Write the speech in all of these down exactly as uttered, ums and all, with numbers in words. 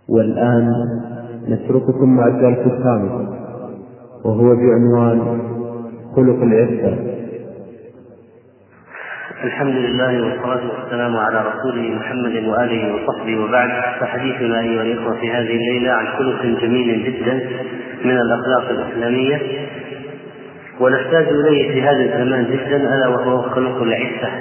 والآن نترككم مع الدرس الخامس وهو بعنوان خلق العفة. الحمد لله والصلاة والسلام على رسوله محمد وآله وصحبه، وبعد، فحديثنا أيها الإخوة في هذه الليلة عن خلق جميل جدا من الأخلاق الإسلامية ونحتاج إليه في هذا الزمان جدا، ألا وهو خلق العفة.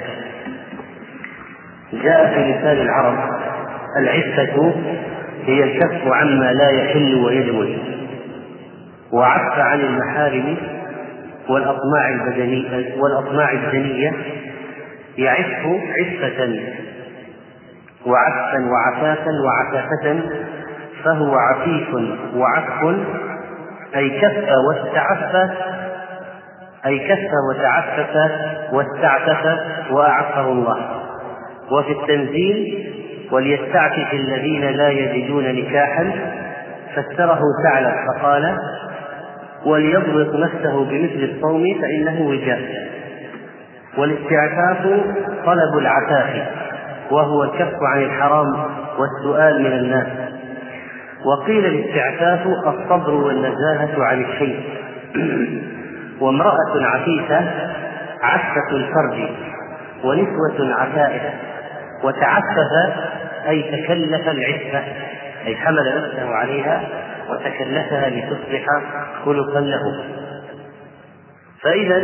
جاء في لسان العرب: العفة هي الكف عما لا يحل ويجوز، وعف عن المحارم والأطماع البدنية والأطماع الدنية، يعف عفة وعفا وعفافا وعفافة، فهو عفيف وعف، أي كف واستعف أي كف وتعفف واستعفف وأعفه الله. وفي التنزيل: وليستعفف الذين لا يجدون نكاحا، فسره ثعلب فقال: وليضبط نفسه بمثل الصوم فإنه وجاء. والاستعفاف طلب العفاف، وهو الكف عن الحرام والسؤال من الناس. وقيل الاستعفاف الصبر والنزاهة عن الشيء. وامرأة عفيفة عفة الفرج، ونسوة عفائف. وتعفف أي تكلف العفة، أي حمل نفسه عليها وتكلفها لتصبح خلقا له. فإذا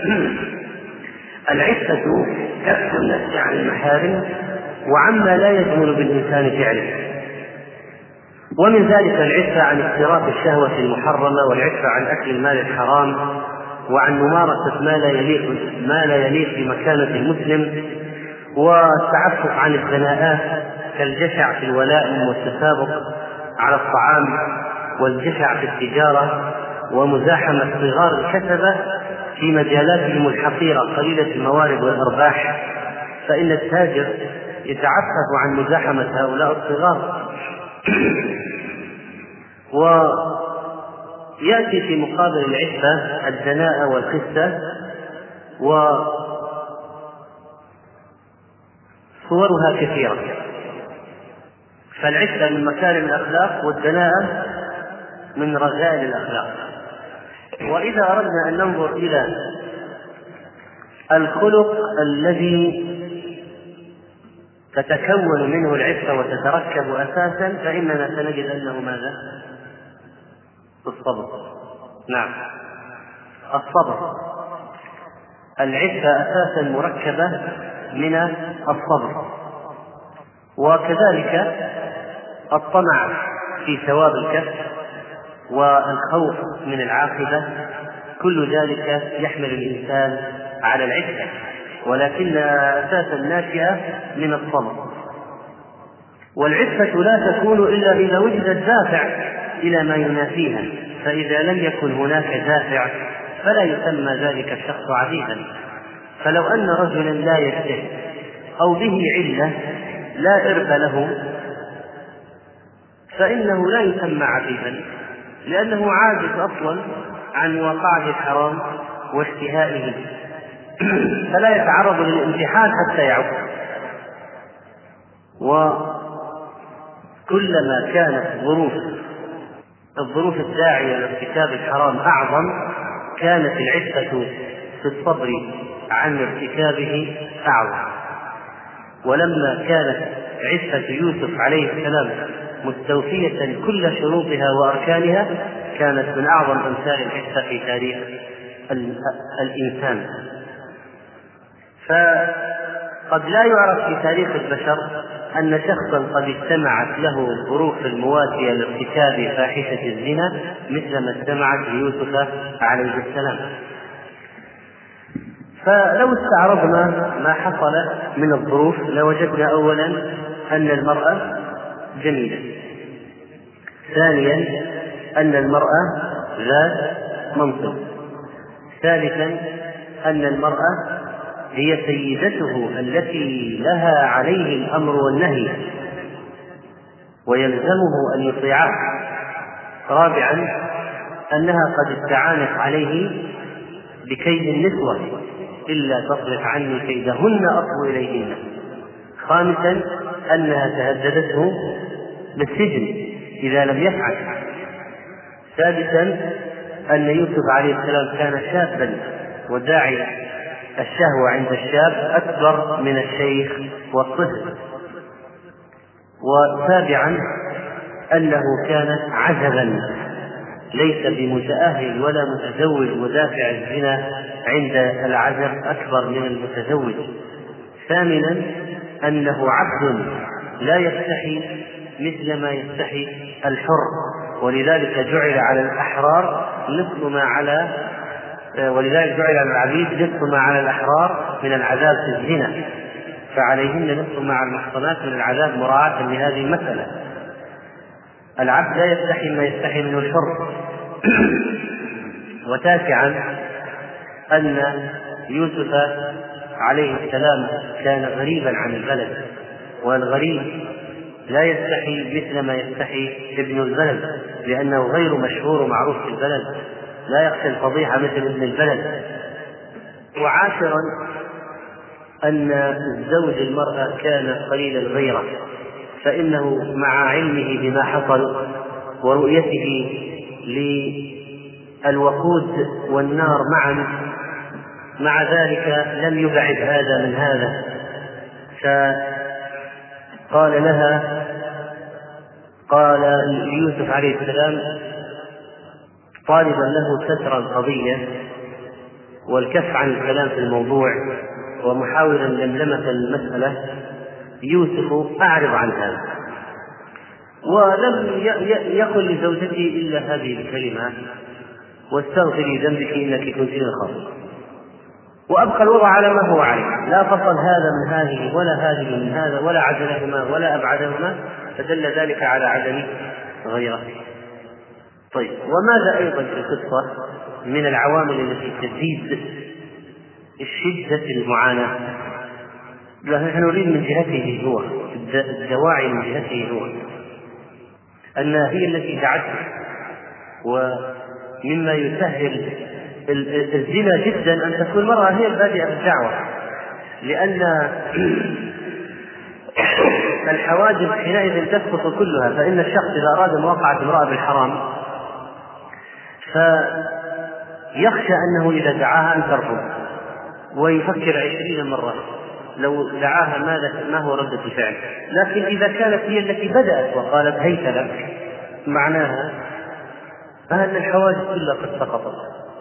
العفة كف النفس عن المحارم وعما لا يجمل بالإنسان فعله، ومن ذلك العفة عن اقتراف الشهوة المحرمة، والعفة عن أكل المال الحرام، وعن ممارسة ما لا يليق ما لا يليق بمكانة المسلم، والتعفف عن الثناءات كالجشع في الولائم والتسابق على الطعام، والجشع في التجارة، ومزاحمة صغار الكسبة في مجالاتهم الحقيرة قليلة الموارد والأرباح، فإن التاجر يتعفف عن مزاحمة هؤلاء الصغار. ويأتي في مقابل العفة الدناءة والخسة، وصورها كثيرة. فالعفة من مكارم الأخلاق، والدناءة من رذائل الأخلاق. وإذا أردنا أن ننظر إلى الخلق الذي تتكون منه العفة وتتركب أساسا، فإننا سنجد أنه ماذا؟ الصبر. نعم، الصبر. العفة أساسا مركبة من الصبر، وكذلك الطمع في ثواب الكسب والخوف من العاقبة، كل ذلك يحمل الإنسان على العفة، ولكن أساسا ناشئة من الصبر. والعفة لا تكون إلا إذا وجد الدافع إلى ما ينافيها، فإذا لم يكن هناك دافع فلا يسمى ذلك الشخص عفيفا. فلو أن رجلا لا يجتهد أو به علة لا إرث له، فإنه لا يسمى عفيفا، لأنه عاجز أصلا عن مواقعة الحرام واشتهائه، فلا يتعرض للامتحان حتى يعود. وكلما كانت ظروف الظروف الداعية لارتكاب الحرام أعظم، كانت العفة في الصبر عن ارتكابه أعظم. ولما كانت عفة يوسف عليه السلام مستوفية كل شروطها وأركانها، كانت من أعظم أمثال العفة في تاريخ الإنسان. فقد لا يعرف في تاريخ البشر أن شخصا قد اجتمعت له الظروف المواتية لارتكاب فاحشة الزنا مثل ما اجتمعت ليوسف عليه السلام. فلو استعرضنا ما حصل من الظروف لوجدنا أولا أن المرأة جميلة، ثانيا أن المرأة ذات منصب، ثالثا أن المرأة هي سيدته التي لها عليه الأمر والنهي ويلزمه أن يطيعه، رابعا أنها قد استعانت عليه بكيد النسوة إلا تصرف عني كيدهن أصب إليهن، خامسا أنها تهددته بالسجن إذا لم يفعل. سادسا أن يوسف عليه السلام كان شابا، وداعي الشهوة عند الشاب أكبر من الشيخ والطفل. وسابعا أنه كان عزبا ليس بمتأهل ولا متزوج، ودافع الزنا عند العزب أكبر من المتزوج. ثامنا أنه عبد لا يستحي مثل ما يستحي الحر، ولذلك جعل على الأحرار نصف ما على ولذلك جعل على العبيد نصف ما على الأحرار من العذاب في الزنا، فعليهن نصف ما على المحصنات من العذاب مراعاة لهذه المسألة. العبد لا يستحي ما يستحي منه الحر. وتاسعا أن يوسف عليه السلام كان غريبا عن البلد، والغريب لا يستحي مثل ما يستحي ابن البلد، لأنه غير مشهور ومعروف في البلد، لا يخشى الفضيحة مثل ابن البلد. وعاشرا أن الزوج المرأة كان قليل الغيرة، فإنه مع علمه بما حصل ورؤيته للوقود والنار معا، مع ذلك لم يبعد هذا من هذا، فقال لها قال يوسف عليه السلام طالبا له ستر القضية والكف عن الكلام في الموضوع ومحاولا لملمة المسألة: يوسف أعرض عن هذا. ولم يقل لزوجته إلا هذه الكلمة: واستغفري ذنبك إنك كنت من الخاطئين. وأبقى الوضع على ما هو عليه، لا فصل هذا من هذه ولا هذه من هذا ولا عزلهما ولا أبعدهما، فدل ذلك على عدم غيرته. طيب، وماذا أيضا في القصة من العوامل التي تزيد الشدة المعاناة؟ نحن نريد من جهته هو الدواعي من جهته هو أن هي التي دعته، ومما يسهل الزنا جدا أن تكون المرأة هي البادئة بالدعوة، لأن الحواجز حينئذ تسقط كلها. فإن الشخص إذا أراد مواقعة امرأة بالحرام فيخشى أنه إذا دعاها أن ترفض، ويفكر عشرين مرة لو دعاها ماذا ما هو ردة الفعل. لكن إذا كانت هي التي بدأت وقالت هيت لك، معناها أن الحواجز كلها قد سقطت.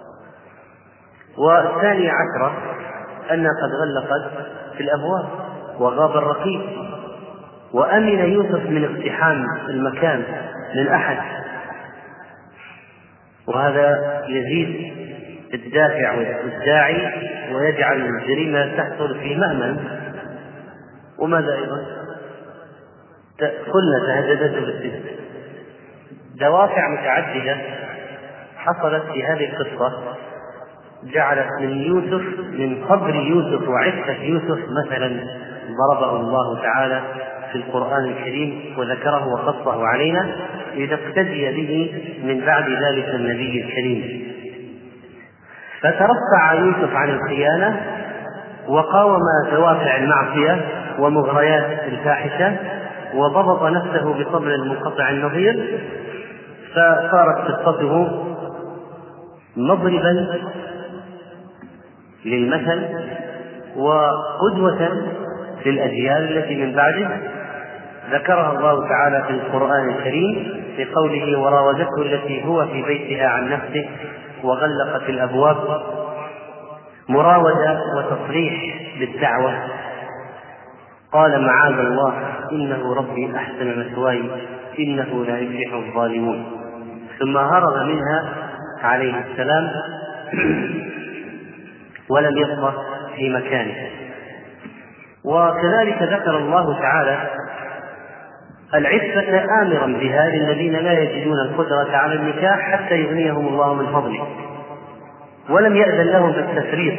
والثانية عشرة أنها قد غلقت في الأبواب وغاب الرقيب، وأمن يوسف من اقتحام المكان من أحد، وهذا يزيد الدافع والداعي ويجعل الجريمة تحصل في مأمن. وماذا أيضا؟ قلنا تهددت بالسجن. دوافع متعددة حصلت في هذه القصة جعلت من يوسف من قبر يوسف وعفة يوسف مثلا ضربه الله تعالى في القرآن الكريم وذكره وقصه علينا لنقتدي به من بعد ذلك النبي الكريم. فترفع يوسف عن الخيانة وقاوم دوافع المعصية ومغريات الفاحشة، وضبط نفسه بصبر منقطع النظير، فصارت قصته مضربا للمثل وقدوة للأجيال التي من بعده. ذكرها الله تعالى في القرآن الكريم في قوله: وراودته التي هو في بيتها عن نفسه وغلقت الأبواب. مراودة وتصريح بالدعوة. قال: معاذ الله إنه ربي أحسن مثواي إنه لا يفلح الظالمون. ثم هرب منها عليه السلام ولم يبقى في مكانه. وكذلك ذكر الله تعالى العفة آمرا بها للذين لا يجدون القدرة على النكاح حتى يغنيهم الله من فضله، ولم يأذن لهم بالتفريط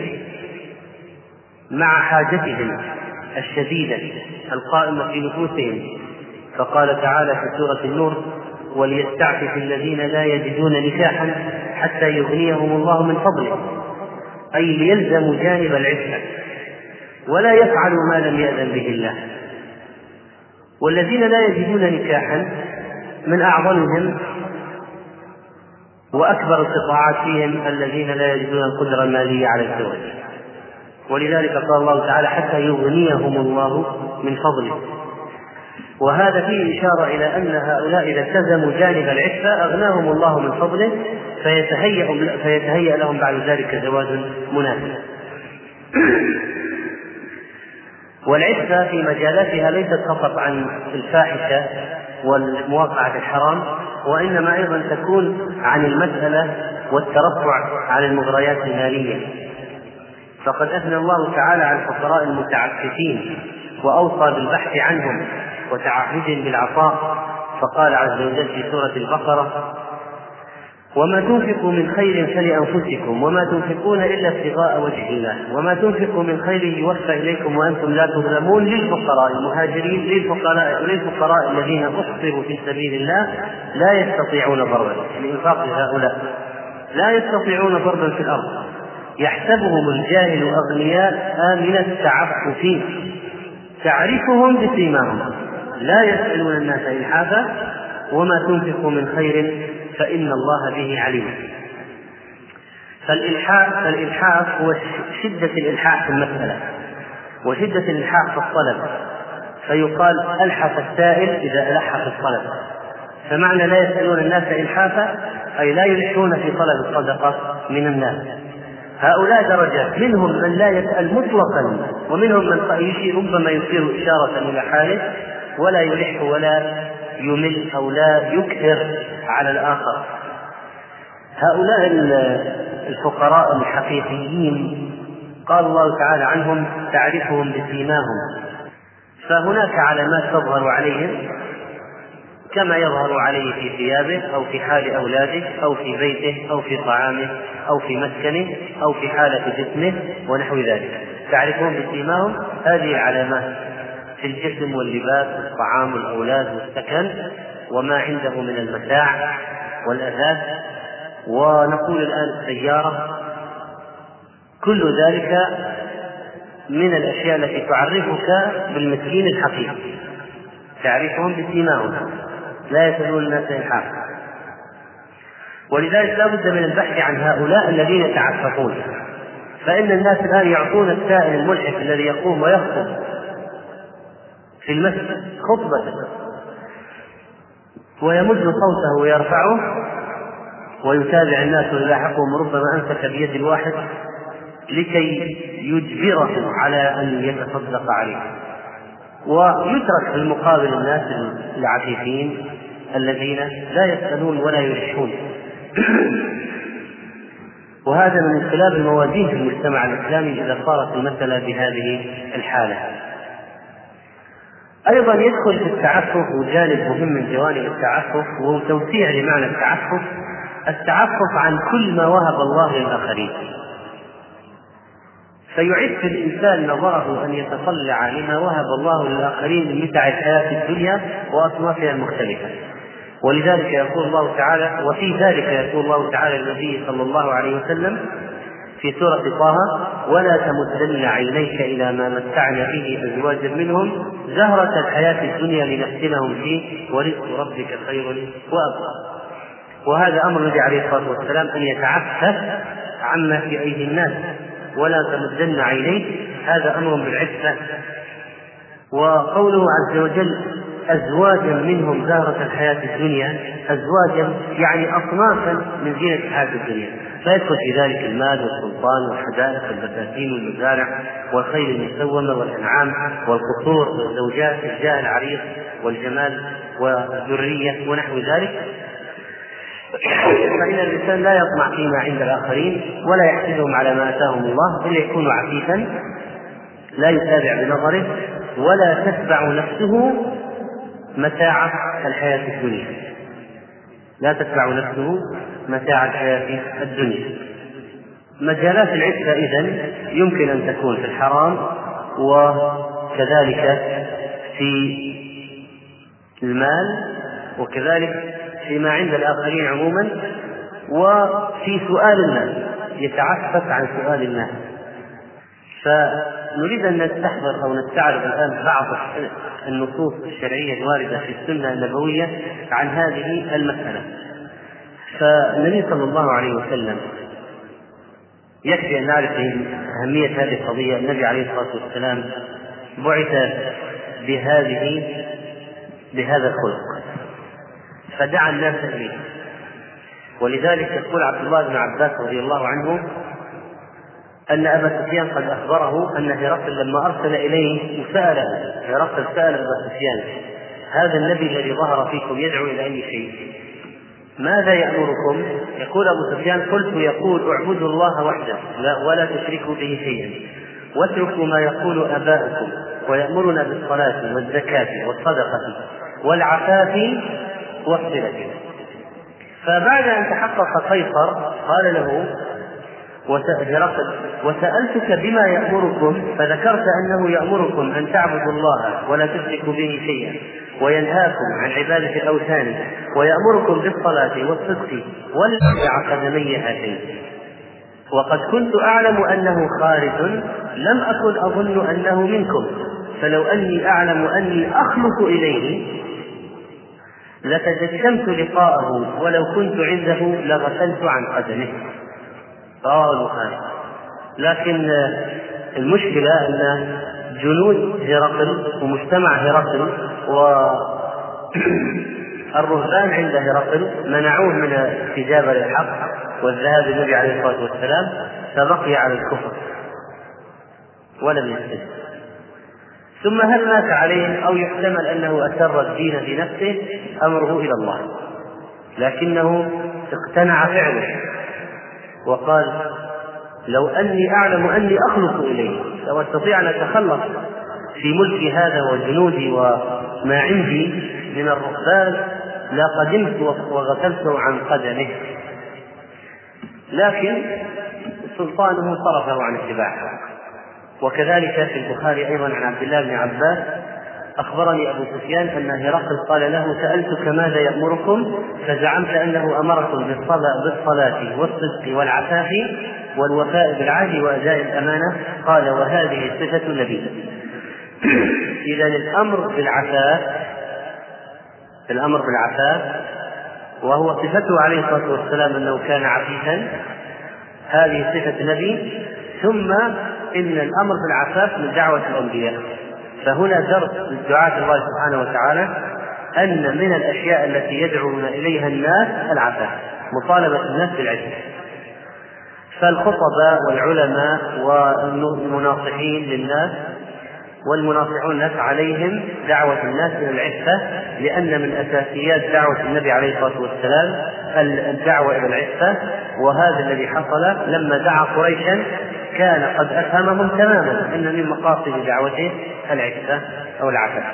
مع حاجتهم الشديدة القائمة في نفوسهم. فقال تعالى في سورة النور: وليستعفف الذين لا يجدون نكاحا حتى يغنيهم الله من فضله، أي ليلزموا جانب العفة ولا يفعلوا ما لم يأذن به الله. والذين لا يجدون نكاحا من أعظمهم وأكبر القطاعات فيهم الذين لا يجدون القدرة المالية على الزواج، ولذلك قال الله تعالى حتى يغنيهم الله من فضله. وهذا فيه إشارة إلى أن هؤلاء إذا التزموا جانب العفة أغناهم الله من فضله، فيتهيأ, فيتهيأ لهم بعد ذلك زواج مناسب. والعفة في مجالاتها ليست فقط عن الفاحشة والمواقعة الحرام، وإنما أيضا تكون عن المسألة والترفع عن المغريات المالية. فقد أثنى الله تعالى على الفقراء المتعففين وأوصى بالبحث عنهم وتعهدهم بالعطاء، فقال عز وجل في سورة البقرة: وما تنفقوا من خير فلأنفسكم وما تنفقون إلا ابتغاء وجه الله وما تنفقوا من خير يوفى إليكم وأنتم لا تظلمون للفقراء المهاجرين للفقراء, للفقراء الذين أحصروا في سبيل الله لا يستطيعون ضربا، لإنفاق هؤلاء لا يستطيعون ضربا في الأرض يحسبهم الجاهل أغنياء من التعفف تعرفهم بسيماهم لا يسألون الناس إلحافا وما تنفقوا من خير فإن الله به عليم. فالإلحاح, فالإلحاح هو شدة الإلحاح في المسألة وشدة الإلحاح في الطلب، فيقال ألحف السائل إذا ألح في الطلب، فمعنى لا يسألون الناس إلحافا أي لا يلحون في طلب الصدقة من الناس. هؤلاء درجات، منهم من لا يسأل مطلقا ومنهم من يشير ربما يصير إشارة إلى حاله ولا يلح ولا يمل أو لا يكثر على الآخر. هؤلاء الفقراء الحقيقيين قال الله تعالى عنهم تعرفهم بسيماهم، فهناك علامات تظهر عليهم كما يظهر عليه في ثيابه أو في حال أولاده أو في بيته أو في طعامه أو في مسكنه أو في حالة جسمه ونحو ذلك. تعرفون بسيماهم هذه العلامات في الجسم واللباس والطعام والأولاد والسكن وما عنده من المتاع والأثاث، ونقول الآن السيارة، كل ذلك من الأشياء التي تعرفك بالمسكين الحقيقي. تعرفهم بسيماهم لا يسألون الناس إلحافا. ولذلك لا بد من البحث عن هؤلاء الذين يتعففون، فإن الناس الآن يعطون السائل الملحف الذي يقوم ويخطب في المسجد خطبة ويمد صوته ويرفعه ويتابع الناس ويلاحقهم، ربما أمسك بيد الواحد لكي يجبره على أن يتصدق عليه، ويترك في المقابل الناس العفيفين الذين لا يسألون ولا يلحون. وهذا من انقلاب الموازين في المجتمع الإسلامي إذا صارت المسألة بهذه الحالة. أيضا يدخل في التعفف وجانب مهم من جوانب التعفف وهو توسيع لمعنى التعفف، التعفف عن كل ما وهب الله للآخرين، فيعف الإنسان نظره أن يتطلع لما وهب الله للآخرين من متاع الحياة الدنيا وأصنافها المختلفة. ولذلك يقول الله تعالى، وفي ذلك يقول الله تعالى للنبي صلى الله عليه وسلم في سورة طه: ولا تمدن عينيك إلى ما متعنا به أزواجا منهم زهرة الحياة الدنيا لنفتنهم فيه ورزق ربك خير وأبقى. وهذا أمر النبي عليه الصلاة والسلام أن يتعفف عما في أيدي الناس، ولا تمدن عينيك، هذا أمر بالعفة. وقوله عز وجل أزواجا منهم زهرة الحياة الدنيا، أزواجا يعني أصنافا من زينة الحياة الدنيا، فيدخل في ذلك المال والسلطان والحدائق والبساتين والمزارع والخيل المسومة والأنعام والقصور والزوجات الجاه العريق والجمال والذرية ونحو ذلك. فإن الإنسان لا يطمع فيما عند الآخرين ولا يحسدهم على ما آتاهم الله، إلا يكون عفيفا لا يتابع بنظره ولا تتبع نفسه متاع الحياة الدنيا، لا تتبع نفسه متاع الحياة الدنيا. مجالات العفة إذن يمكن أن تكون في الحرام وكذلك في المال وكذلك فيما عند الآخرين عموما، وفي سؤال الناس، يتعفف عن سؤال الناس. فنريد أن نستحضر أو نستعرض الآن بعض النصوص الشرعية الواردة في السنة النبوية عن هذه المسألة. فالنبي صلى الله عليه وسلم يكفي أن نعرف أهمية هذه القضية. النبي عليه الصلاة والسلام بعث بهذه بهذا الخلق فدعا الناس إليه، ولذلك يقول عبد الله بن عباس رضي الله عنه أن أبا سفيان قد أخبره أن هرقل لما أرسل إليه وسأله، هرقل سأل أبا سفيان: هذا النبي الذي ظهر فيكم يدعو إلى أي شيء؟ ماذا يأمركم؟ يقول أبو سفيان: قلت يقول اعبدوا الله وحده ولا تشركوا به شيئا واتركوا ما يقول آباؤكم ويأمرنا بالصلاة والزكاة والصدقة والعفاف والصلة. فبعد أن تحقق قيصر قال له هرقل: وسألتك بما يأمركم فذكرت أنه يأمركم أن تعبدوا الله ولا تشركوا به شيئا وينهاكم عن عبادة الأوثان ويأمركم بالصلاة والصدق والبع قدمي هاتين، وقد كنت أعلم أنه خارج لم أكن أظن أنه منكم، فلو أني أعلم أني أخلص إليه لتجشمت لقاءه ولو كنت عنده لغسلت عن قدمه. رواه البخاري. لكن المشكلة أن جنود هرقل ومجتمع هرقل والرهبان عند هرقل منعوه من الاستجابة للحق والذهاب للنبي عليه الصلاة والسلام، فبقي على الكفر ولم يستجب. ثم هل مات عليه أو يحتمل أنه أسر الدين بنفسه أمره إلى الله، لكنه اقتنع فعله وقال: لو أني أعلم أني أخلص إليه لو أستطيع أن أتخلص في ملكي هذا وجنودي وما عندي من الرهبان لقدمت وغسلته عن قدمه، لكن سلطانه صرفه عن اتباعه. وكذلك في البخاري أيضا عن عبد الله بن عباس: أخبرني أبو سفيان أن هرقل قال له: سألتك ماذا يأمركم فزعمت أنه أمركم بالصلاة والصدق والعفاف والوفاء بالعهد وأداء الأمانة. قال: وهذه صفة النبي. إذا الأمر بالعفاف الأمر بالعفاف وهو صفته عليه الصلاة والسلام أنه كان عفيفا، هذه صفة النبي. ثم إن الأمر بالعفاف من دعوة الأنبياء، فهنا درس للدعاة الله سبحانه وتعالى أن من الأشياء التي يدعون إليها الناس العفاف، مطالبة الناس بالعفة. فالخطباء والعلماء والمناصحين للناس والمناصحون الناس عليهم دعوة الناس إلى العفة، لأن من أساسيات دعوة النبي عليه الصلاة والسلام الدعوة إلى العفة. وهذا الذي حصل لما دعا قريشا كان قد أفهمهم تماما أن من مقاصد دعوته العفة أو العفة.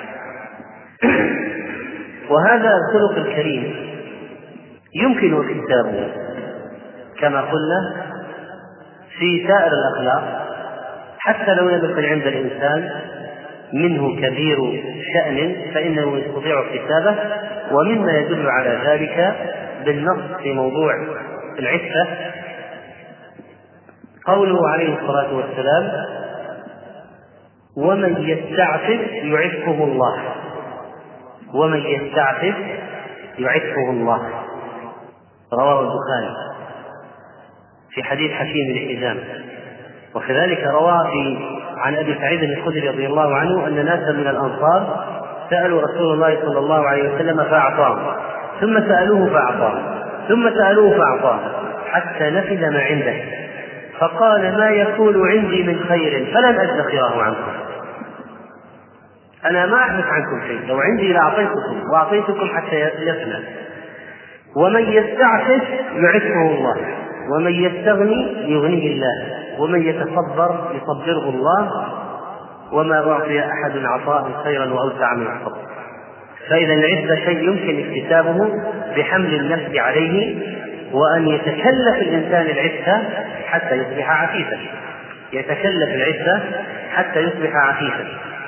وهذا الخلق الكريم يمكن اكتسابه كما قلنا في سائر الأخلاق، حتى لو لم يكن عند الإنسان منه كبير شأن فإنه يستطيع اكتسابه. ومما يدل على ذلك بالنص في موضوع العفة قوله عليه الصلاة والسلام: ومن يستعفف يعفه الله ومن يستعفف يعفه الله. رواه البخاري في حديث حكيم بن حزام. وكذلك رواه في عن أبي سعيد الخدري رضي الله عنه أن ناسا من الأنصار سألوا رسول الله صلى الله عليه وسلم فأعطاهم، ثم سألوه فأعطاهم، ثم سألوه فأعطاهم، حتى نفذ ما عنده، فقال: ما يكون عندي من خير فلن أدخره عنكم، أنا ما أحدث عنكم شيء، لو عندي لأعطيتكم وأعطيتكم حتى يفنى. ومن يستعفف يعفه الله ومن يستغني يغنيه الله ومن يتصبر يصبره الله وما أعطي أحد عطاء خيرا وأوسع من الصبر. فإذا العفة شيء يمكن اكتسابه بحمل النفس عليه، وأن يتكلف الإنسان العفة حتى يصبح عفيفا يتكلف العفة حتى يصبح عفيفا.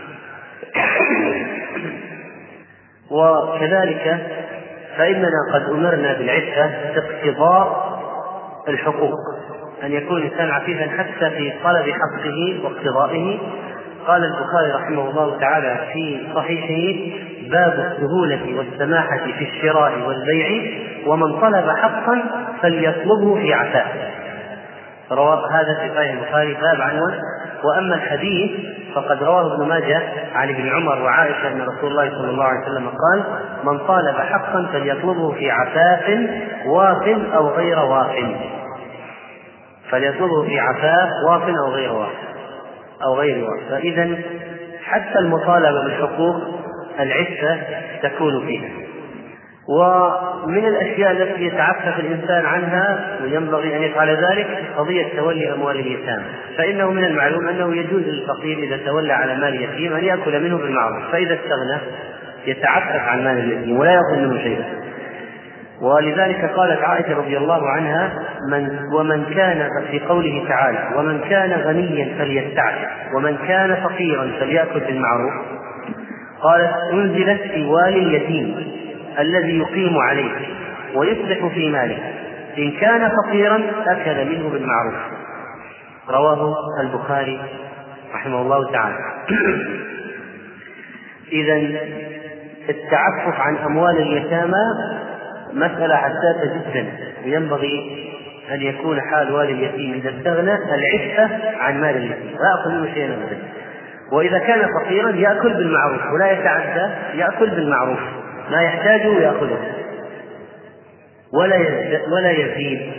وكذلك فإننا قد أمرنا بالعفة باقتضاء الحقوق، أن يكون الإنسان عفيفا حتى في طلب حقه واقتضائه، قال البخاري رحمه الله تعالى في صحيحه: باب السهولة والسماحة في الشراء والبيع، ومن طلب حقا فليطلبه في عفاف. رواه هذا في صحيح البخاري باب عنوان. وأما الحديث فقد رواه ابن ماجه عن ابن عمر وعائشة أن رسول الله صلى الله عليه وسلم قال: من طالب حقا فليطلبه في عفاف واف أو غير واف. فليطلبه في عفاف واف أو غير واف أو غير واف. فإذا حتى المطالبة بالحقوق العفة تكون فيها. ومن الأشياء التي يتعفف الإنسان عنها وينبغي أن يفعل ذلك قضية تولي أموال اليتامى، فإنه من المعلوم أنه يجوز للفقير إذا تولى على مال يتيم أن يأكل منه بالمعروف، فإذا استغنى يتعفف عن مال اليتيم ولا يأخذ منه شيئا. ولذلك قالت عائشة رضي الله عنها: من ومن كان في قوله تعالى: ومن كان غنيا فليستعفف ومن كان فقيرا فليأكل بالمعروف، قالت: أنزلت في والي اليتيم الذي يقيم عليه ويصلح في ماله، إن كان فقيرا أكل منه بالمعروف. رواه البخاري رحمه الله تعالى. إذن التعفف عن أموال اليتامى مسألة حساسة جدا، وينبغي أن يكون حال والي اليتيم إذا استغنى العفة عن مال اليتيم لا يأكل منه شيئا أبدا. وإذا كان فقيرا يأكل بالمعروف ولا يتعدى، يأكل بالمعروف ما يحتاجه يأخذه ولا ولا يزيد.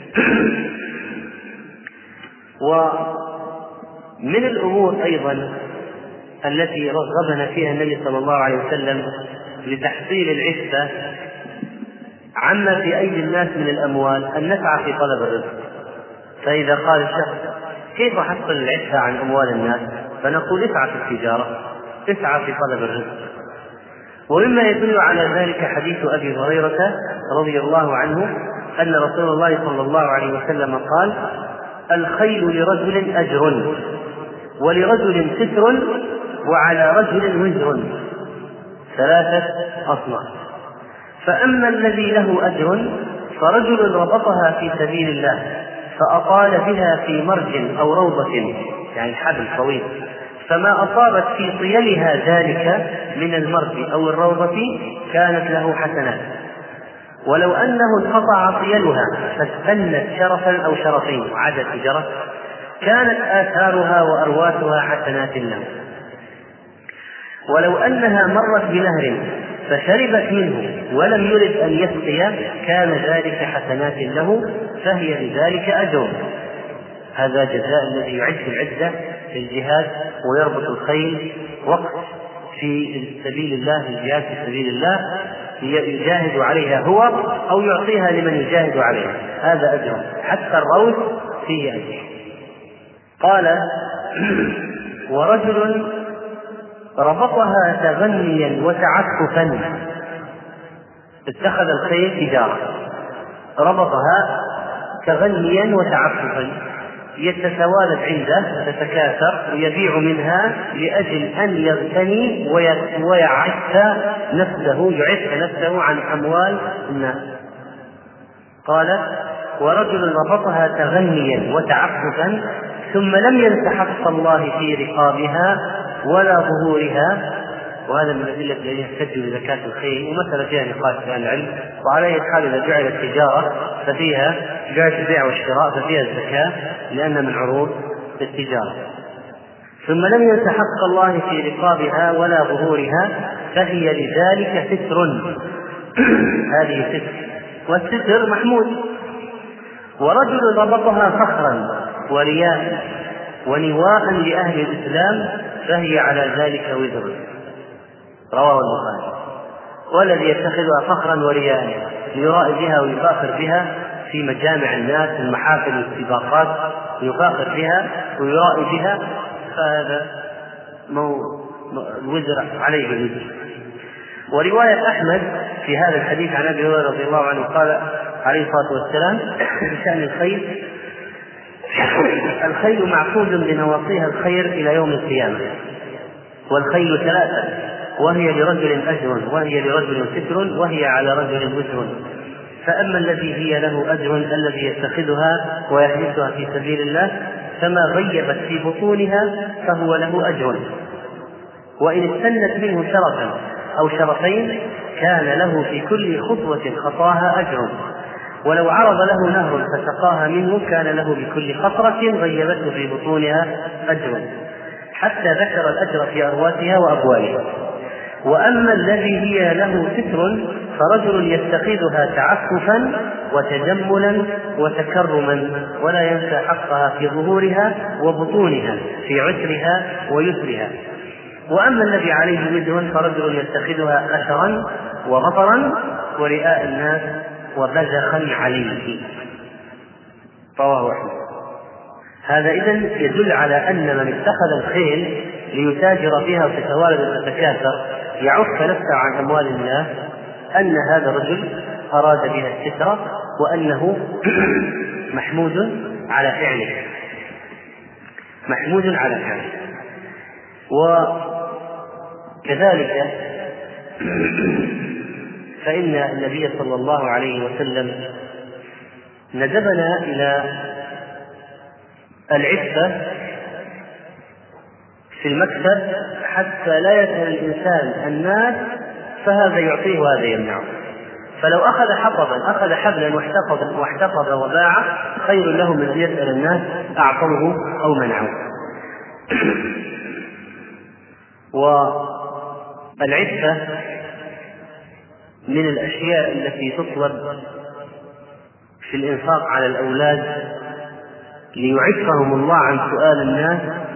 ومن الأمور أيضا التي رغبنا فيها النبي صلى الله عليه وسلم لتحصيل العفة عما في أيدي الناس من الأموال أن نسعى في طلب الرزق. فإذا قال الشخص: كيف أحصل العفة عن أموال الناس؟ فنقول: اسعى في التجارة، اسعى في طلب الرزق. ومما يدل على ذلك حديث أبي هريرة رضي الله عنه أن رسول الله صلى الله عليه وسلم قال: الخيل لرجل أجر، ولرجل ستر، وعلى رجل وزر، ثلاثة أصناف. فأما الذي له أجر فرجل ربطها في سبيل الله فأطال بها في مرج أو روضة، يعني حبل طويل، فما أصابت في طيلها ذلك من المرج أو الروضة كانت له حسنات. ولو أنه انقطع طيلها فاستنت شرفا أو شرفين عدد شجرة كانت آثارها وأرواتها حسنات له. ولو أنها مرت بنهر فشربت منه ولم يرد أن يسقي كان ذلك حسنات له، فهي لذلك أجر. هذا جزاء الذي يعد العدة في الجهاد ويربط الخيل وقت في سبيل الله، الجهاد في سبيل الله، يجاهد عليها هو أو يعطيها لمن يجاهد عليها، هذا أجر. حتى الروث فيه أجر. قال: ورجل ربطها تغنيا وتعففا، اتخذ الخيل تجارة، ربطها تغنيا وتعففا، يتتوالد عنده وتتكاثر ويبيع منها لأجل أن يغتني ويعف نفسه يعف نفسه عن أموال الناس. قال: ورجل ربطها تغنيا وتعففا ثم لم ينس حق الله في رقابها ولا ظهورها. وهذا من الأدلة التي يحتج بزكاة الخيل، ومسألة فيها نقاش في أهل العلم. وعلى أي حال إذا جعلت التجارة ففيها جعلت البيع والشراء ففيها الزكاة لأن من عروض التجارة. ثم لم ينس حق الله في رقابها ولا ظهورها فهي لذلك ستر. هذه ستر، والستر محمود. ورجل ربطها فخرا ورياء ونواء لأهل الإسلام فهي على ذلك وزر. رواه البخاري. والذي يتخذها فخرا ورياء ليرائي بها ويفاخر بها في مجامع الناس في المحافل والسباقات، يفاخر بها ويرائي بها، فهذا الوزر عليه الوزر. ورواية أحمد في هذا الحديث عن أبي هريرة رضي الله عنه قال عليه الصلاة والسلام بشأن الخيل: الخيل معقود بنواصيها الخير إلى يوم القيامة، والخيل ثلاثة، وهي لرجل أجر وهي لرجل ستر وهي على رجل وزر. فأما الذي هي له أجر الذي يتخذها ويحدثها في سبيل الله فما غيبت في بطونها فهو له أجر، وإن استنت منه شرفا أو شرفين كان له في كل خطوة خطاها أجر، ولو عرض له نهر فسقاها منه كان له بكل قطرة غيبته في بطونها أجر، حتى ذكر الأجر في أرواتها وأبوالها. وأما الذي هي له ستر فرجل يتخذها تعففا وتجملا وتكرما ولا ينسى حقها في ظهورها وبطونها في عسرها ويسرها. وأما الذي عليه وزر فرجل يتخذها أثرا وغطرا ورئاء الناس وبزخا عليه. رواه أحمد. هذا إذن يدل على أن من اتخذ الخيل ليتاجر فيها وتتوالد وتتكاثر يعف نفسه عن أموال الناس أن هذا الرجل أراد بها الستر وأنه محمود على فعله محمود على فعله. وكذلك فإن النبي صلى الله عليه وسلم ندبنا إلى العفة في المكسب حتى لا يسأل الإنسان الناس فهذا يعطيه وهذا يمنعه. فلو أخذ حطبا أخذ حبلا واحتفظ واحتفظ وباع خير له من أن يسأل الناس أعطوه أو منعوه. والعفة من الأشياء التي تطلب في الإنفاق على الأولاد ليعفهم الله عن سؤال الناس،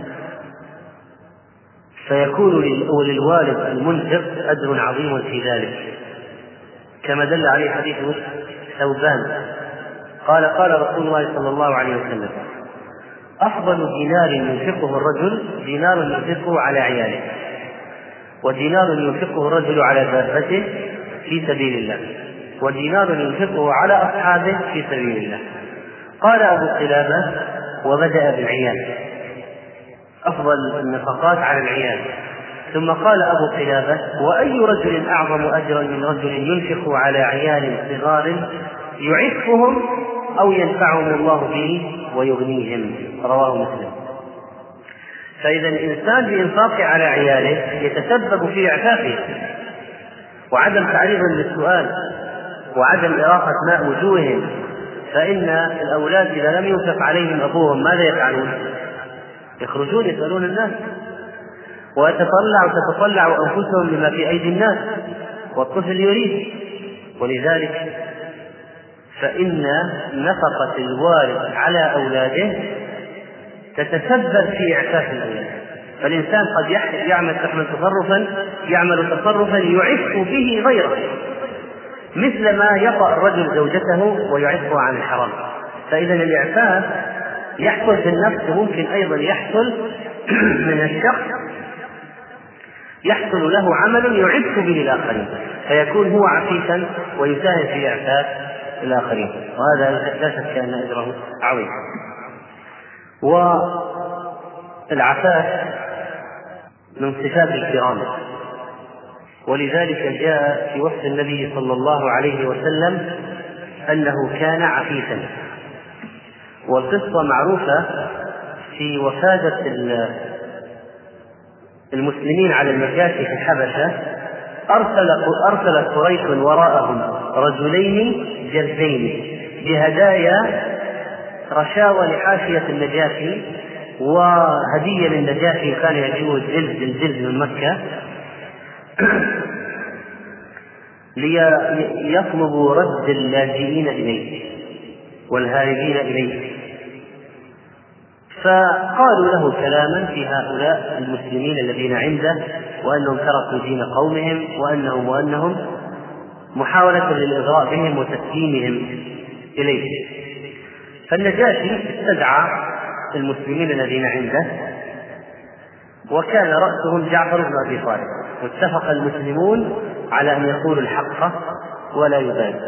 فيكون للوالد المنفق أجر عظيم في ذلك، كما دل عليه حديث ثوبان قال قال رسول الله صلى الله عليه وسلم: أفضل دينار ينفقه الرجل دينار ينفقه على عياله، ودينار ينفقه الرجل على دابته في سبيل الله، ودينار ينفقه على أصحابه في سبيل الله. قال أبو قلابة: وبدأ بالعيال، أفضل النفقات على العيال. ثم قال أبو قلابة: وأي رجل أعظم أجرا من رجل ينفق على عيال صغار يعفهم أو ينفعهم الله به ويغنيهم. رواه مسلم. فإذا الإنسان بإنفاقه على عياله يتسبب في إعفافه وعدم تعريضهم للسؤال وعدم إراقة ماء وجوههم، فإن الأولاد إذا لم ينفق عليهم أبوهم ماذا يفعلون؟ يخرجون يسألون الناس ويتطلع وتتطلع أنفسهم لما في أيدي الناس، والطفل يريد. ولذلك فإن نفقة الوالد على أولاده تتسبب في إعفاف الأولاد. فالإنسان قد يعمل تصرفا يعمل تصرفا يعف به غيره، مثل ما يطأ الرجل زوجته ويعفها عن الحرام. فإذا الإعفاف يحصل في النفس، ممكن أيضا يحصل من الشخص يحصل له عمل يعف به الآخرين فيكون هو عفيفا ويساهم في إعفاف الآخرين، وهذا لا شك أن أجره عظيم. والعفاف من صفات الكرام، ولذلك جاء في وصف النبي صلى الله عليه وسلم أنه كان عفيفا. والقصة معروفة في وفادة المسلمين على النجاشي في الحبشة، أرسل أرسل قريش وراءهم رجلين جلدين بهدايا رشاوى لحاشية النجاشي وهدية للنجاشي كان يجوز جلد الجلد من مكة ليطلبوا رد اللاجئين إليه والهاربين إليه. فقالوا له كلاما في هؤلاء المسلمين الذين عنده، وأنهم تركوا دين قومهم وأنهم وأنهم محاولة للإغراء بهم وتسليمهم إليه. فالنجاشي استدعى المسلمين الذين عنده، وكان رأسهم جعفر بن أبي طالب، واتفق المسلمون على أن يقولوا الحق ولا يبالوا.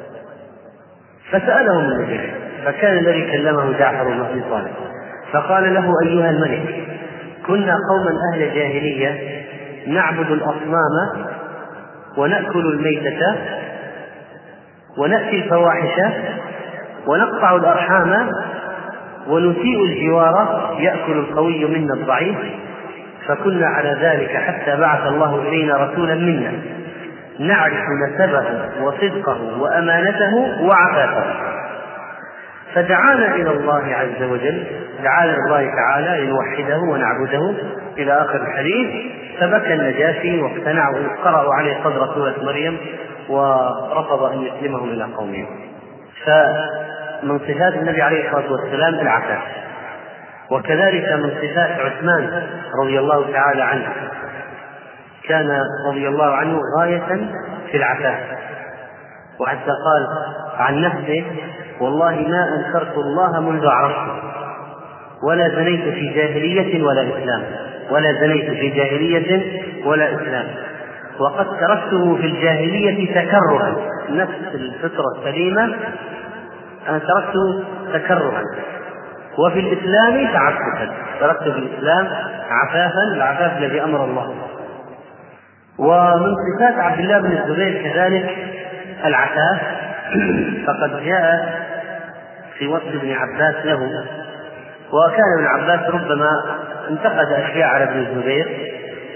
فسألهم النجاشي، فكان الذي كلمه جعفر بن أبي طالب فقال له: أيها الملك، كنا قوما أهل جاهلية نعبد الأصنام ونأكل الميتة ونأتي الفواحش ونقطع الأرحام ونسيء الجوار يأكل القوي منا الضعيف، فكنا على ذلك حتى بعث الله إلينا رسولا منا نعرف نسبه وصدقه وأمانته وعفافه، فدعانا إلى الله عز وجل، دعانا إلى الله تعالى لنوحده ونعبده إلى آخر الحديث. فبكى النجاشي واقتنع وقرأوا عليه صدر سورة مريم ورفض أن يسلمهم إلى قومهم. فمن صفات النبي عليه الصلاة والسلام العفاف، وكذلك من صفات عثمان رضي الله تعالى عنه، كان رضي الله عنه غاية في العفاف، وحتى قال عن نفسه: والله ما أنكرت الله منذ عرفته، ولا زنيت في جاهلية ولا إسلام، ولا زنيت في جاهلية ولا إسلام، وقد تركته في الجاهلية تكرها، نفس الفطرة السليمة أنا تركته تكرها، وفي الإسلام تعففا، تركت في الإسلام عفافا، العفاف الذي أمر الله. ومن صفات عبد الله بن الزبير كذلك العفاف، فقد جاء في وصف ابن عباس له، وكان ابن عباس ربما انتقد أشياء على ابن الزبير،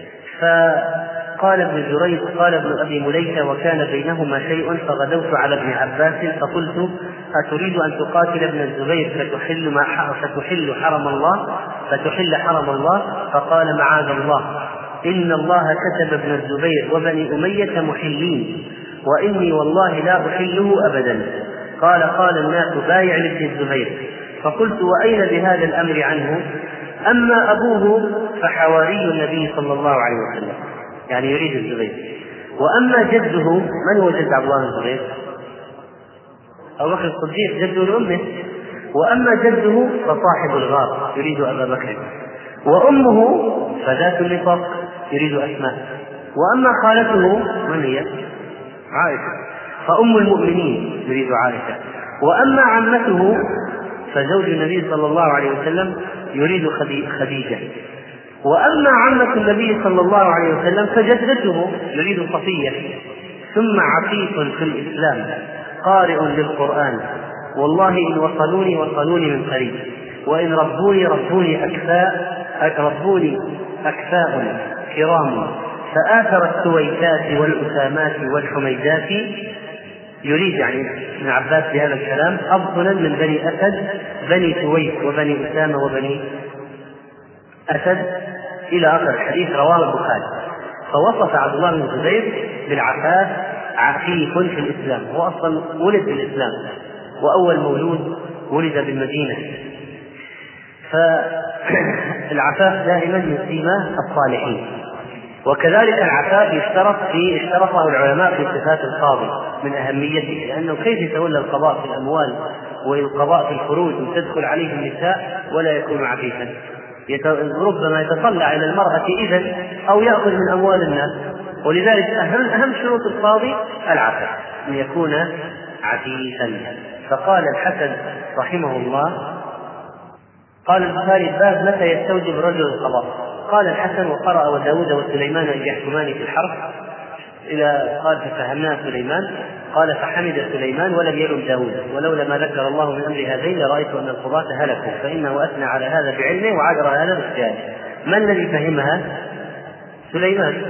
فقال ابن جريج قال ابن أبي مليكة: وكان بينهما شيء فغدوت على ابن عباس فقلت: أتريد أن تقاتل ابن الزبير فتحل, ما فتحل حرم الله فتحل حرم الله؟ فقال: معاذ الله، إن الله كتب ابن الزبير وبني أمية محلين، وإني والله لا أحله أبدا. قال: قال الناس: بايع لابن الزبير. فقلت: وأين بهذا الأمر عنه؟ أما أبوه فحواري النبي صلى الله عليه وسلم، يعني يريد الزبير. وأما جده، من هو جد عبد الله بن الزبير؟ أبو بكر الصديق، جده لأمه. وأما جده فصاحب الغار، يريد أبا بكر. وأمه فذات النطاق، يريد أسماء. وأما خالته من هي؟ عائشة، فأم المؤمنين، يريد عائشة. وأما عمته فزوج النبي صلى الله عليه وسلم، يريد خديجة. وأما عمة النبي صلى الله عليه وسلم فجدته، يريد صفية. ثم عفيف في الإسلام قارئ للقرآن، والله إن وصلوني وصلوني من قريب، وإن ربوني ربوني أكفاء ربوني أكفاء كرام، فآثر السويكات والأسامات والحميدات، يريد يعني ابن عباس بهذا الكلام أفضلا من بني أسد، بني سويك وبني أسامة وبني أسد إلى آخر الحديث، رواه البخاري. فوصف عبد الله بن الزبير بالعفاف، عفيف في الإسلام، هو أصلا ولد في الإسلام، وأول مولود ولد بالمدينة. فالعفاف دائما من سمات الصالحين. وكذلك العفاف يشترط في اشترطه العلماء في صفات القاضي من أهميته، لأنه كيف يتولى القضاء في الأموال والقضاء في الفروج وتدخل عليه النساء ولا يكون عفيفا؟ ربما يتطلع إلى المرأة إذن أو يأخذ من أموال الناس. ولذلك أهم, أهم شروط القاضي العفاف، أن يكون عفيفا. فقال الحسن رحمه الله، قال البخاري: باب متى يستوجب رجل القضاء؟ قال الحسن: وقرأ وداود وسليمان أن يحكمان في الحرب، إلى قال: ففهمناه سليمان. قال: فحمد سليمان ولم يلم داود، ولولا ما ذكر الله من أمر هذين لرأيت أن القضاة هلكوا، فإنه أثنى على هذا بعلمه وعذر هذا باجتهاده. ما الذي فهمها؟ سليمان،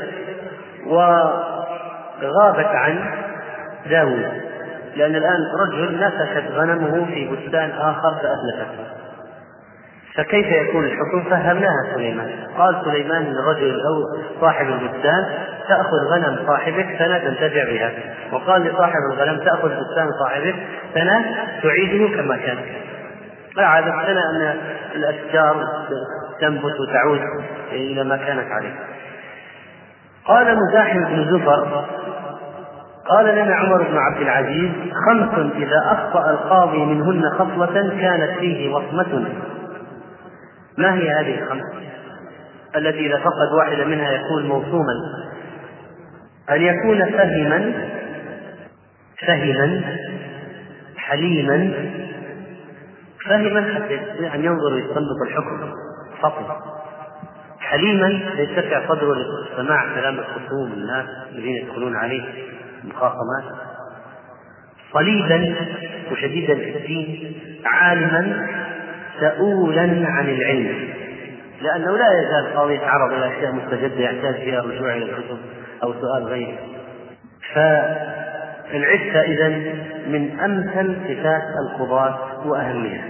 وغابت عن داود، لأن الآن رجل نسكت غنمه في بستان آخر فأتلفته، فكيف يكون الحكم؟ فهمناها سليمان. قال سليمان للرجل أو صاحب البستان: تأخذ غنم صاحبك سنة تنتفع بها، وقال لصاحب الغنم: تأخذ بستان صاحبك سنة تعيده كما كان. بعد السنة أن الأشجار تنبت وتعود إلى ما كانت عليه. قال مزاحم بن زفر: قال لنا عمر بن عبد العزيز: خمس إذا أخطأ القاضي منهن خصلة كانت فيه وصمة. ما هي هذه الخمس التي إذا فقد واحدة منها يكون موصوما؟ أن يكون فهما فهما حليما، فهما حتى أن ينظر ويستنبط الحكم فطن، حليما يتسع صدره لسماع كلام الخصوم الناس الذين يدخلون عليه مخاصمات، صليبا وشديدا في الدين، عالما سؤولا عن العلم، لأنه لا يزال قاضي يتعرض إلى أشياء مستجدة يحتاج فيها الرجوع إلى الكتب أو سؤال غيره. فالعفة إذن من أمثل صفات القضاة وأهمها.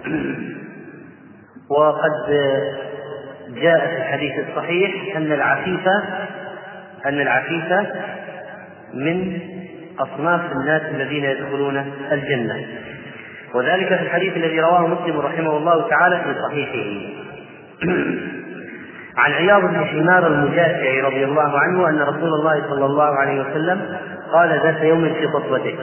وقد جاء في الحديث الصحيح أن العفيفة أن العفيفة من أصناف الناس الذين يدخلون الجنة، وذلك في الحديث الذي رواه مسلم رحمه الله تعالى في صحيحه عن عياض بن حمار المجاشعي رضي الله عنه أن رسول الله صلى الله عليه وسلم قال ذات يوم في خطبته: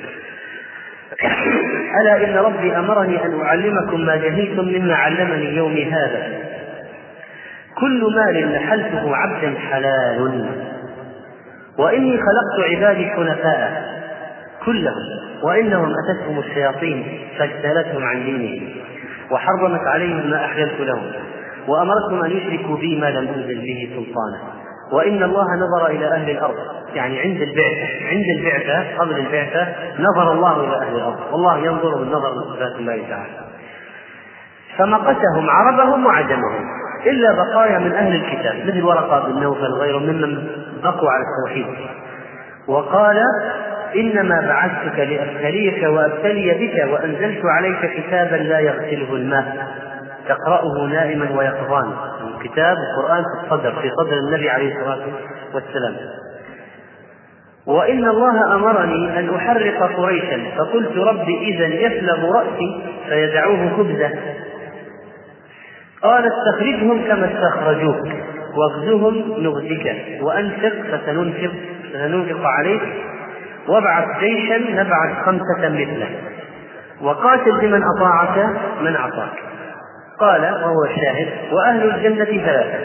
ألا إن ربي أمرني أن أعلمكم ما جهلتم مما علمني يومي هذا، كل مال نحلته عبدا حلال، وإني خلقت عبادي حنفاء كلهم، وإنهم أتتهم الشياطين فاجتالتهم عن دينهم، وحرمت عليهم ما أحللت لهم، وأمرتهم أن يشركوا بي ما لم أنزل به سلطانا، وإن الله نظر إلى أهل الأرض، يعني عند البعثة عند البعثة قبل البعثة نظر الله إلى أهل الأرض، والله ينظر بالنظر لصفات الله تعالى، فمقتهم عربهم وعجمهم إلا بقايا من أهل الكتاب مثل ورقة بن نوفل غير ممن بقوا على التوحيد، وقال: إنما بعثتك لأبتليك وأبتلي بك، وأنزلت عليك كتابا لا يغسله الماء تقرأه نائما ويقظان. كتاب القرآن في الصدر في صدر النبي عليه الصلاة والسلام. وإن الله أمرني أن أحرق قريشا، فقلت: ربي إذن يسلب رأسي فيدعوه خبزة. قال: استخرجهم كما استخرجوك، واغزهم نغزك، وأنفق فسننفق فسننفق عليك، وابعث جيشا نبعث خمسة مثله، وقاتل بمن أطاعك من عصاك. قال وهو الشاهد: وأهل الجنة ثلاثة: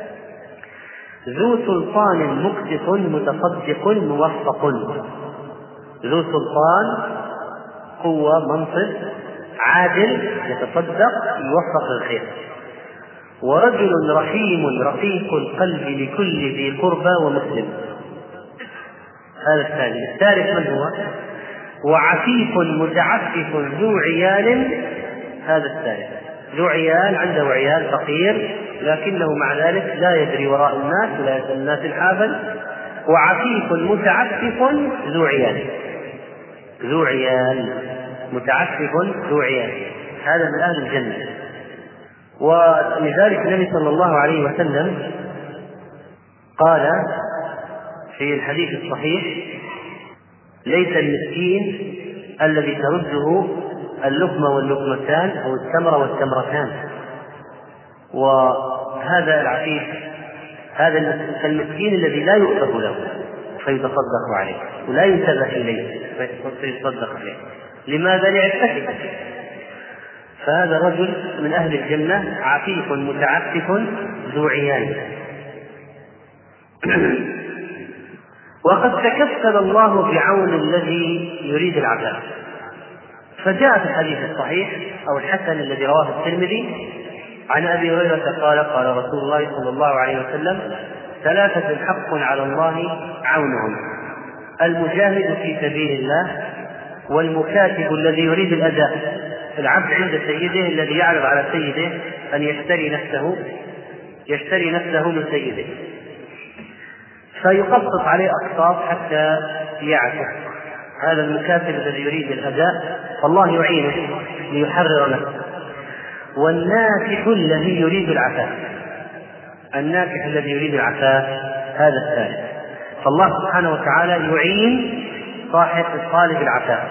ذو سلطان مقسط متصدق موفق، ذو سلطان قوة منصب عادل يتصدق يوفق للخير، ورجل رحيم رقيق القلب لكل ذي قربى ومسلم. هذا الثاني. الثالث من هو؟ وعفيف متعفف ذو عيال. هذا الثالث، ذو عيال، عنده عيال فقير لكنه مع ذلك لا يجري وراء الناس ولا يسأل الناس الحافا. وعفيف متعفف ذو عيال، ذو عيال متعفف ذو عيال، هذا من أهل الجنة. ولذلك النبي صلى الله عليه وسلم قال في الحديث الصحيح: ليس المسكين الذي ترده اللقمة واللقمتان أو التمرة والتمرتان. وهذا العفيف هذا المسكين الذي لا يؤخذ له فيتصدق عليه ولا ينتبه إليه فيتصدق عليه. لماذا؟ لعفته. فهذا رجل من أهل الجنة عفيف متعفف ذو عيال. وقد تكفل الله بعون الذي يريد العفاف، فجاء في الحديث الصحيح أو الحسن الذي رواه الترمذي عن أبي هريرة قال: قال رسول الله صلى الله عليه وسلم: ثلاثة حق على الله عونهم: المجاهد في سبيل الله، والمكاتب الذي يريد الأداء، العبد عند سيده الذي يعرض على سيده أن يشتري نفسه يشتري نفسه من سيده فيقسط عليه أقساط حتى يعتق. هذا المكاتب الذي يريد الأداء فالله يعينه ليحرر نفسه. والناكح الذي يريد العفاف، الناكح الذي يريد العفاف هذا الثالث. فالله سبحانه وتعالى يعين صاحب طالب العفاف،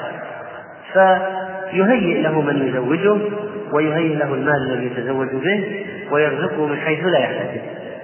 فيهيئ له من يزوجه، ويهيئ له المال الذي يتزوج به، ويرزقه من حيث لا يحتسب.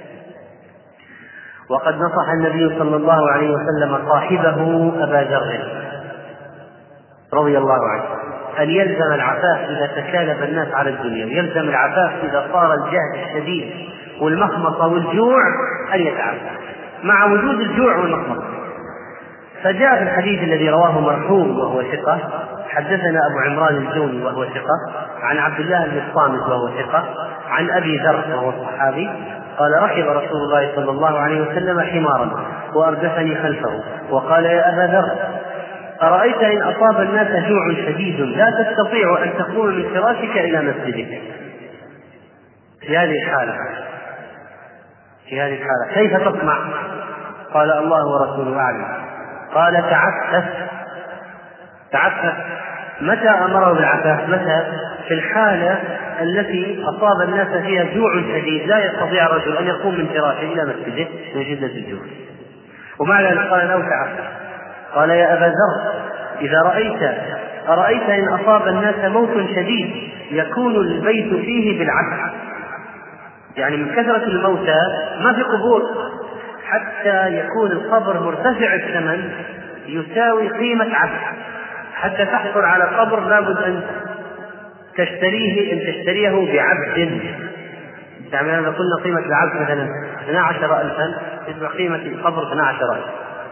وقد نصح النبي صلى الله عليه وسلم صاحبه أبا ذر رضي الله عنه أن يلزم العفاف إذا تكالب الناس على الدنيا، ويلزم العفاف إذا صار الجهد الشديد والمخمصة والجوع أن يتعافى مع وجود الجوع والمخمصة. فجاء في الحديث الذي رواه مرحوم وهو ثقة: حدثنا أبو عمران الجوني وهو ثقة عن عبد الله بن الصامت وهو ثقة عن أبي ذر وهو الصحابي قال: ركب رسول الله صلى الله عليه وسلم حمارا وأردفني خلفه، وقال: يا أبا ذر أرأيت إن أصاب الناس جوع شديد لا تستطيع أن تقوم من فراشك إلى مسجدك. في هذه الحالة في هذه الحالة كيف تصنع؟ قال الله ورسوله أعلم. قال تعفف تعفف. متى أمره بالعفاف؟ متى؟ في الحالة التي أصاب الناس فيها جوع شديد لا يستطيع الرجل أن يقوم من فراشه إلى مسجده من شدة الجوع. ومع ذلك قال له تعفف. قال يا أبا ذر إذا رأيت أرأيت إن أصاب الناس موت شديد يكون البيت فيه بالعفف، يعني من كثرة الموتى ما في قبور حتى يكون القبر مرتفع الثمن يساوي قيمة عبد، حتى تحصل على قبر لابد أن تشتريه أن تشتريه بعبد. يعني لما قلنا قيمة العبد مثلا اثنا عشر ألفا يبقى قيمة القبر اثنا عشر ألف.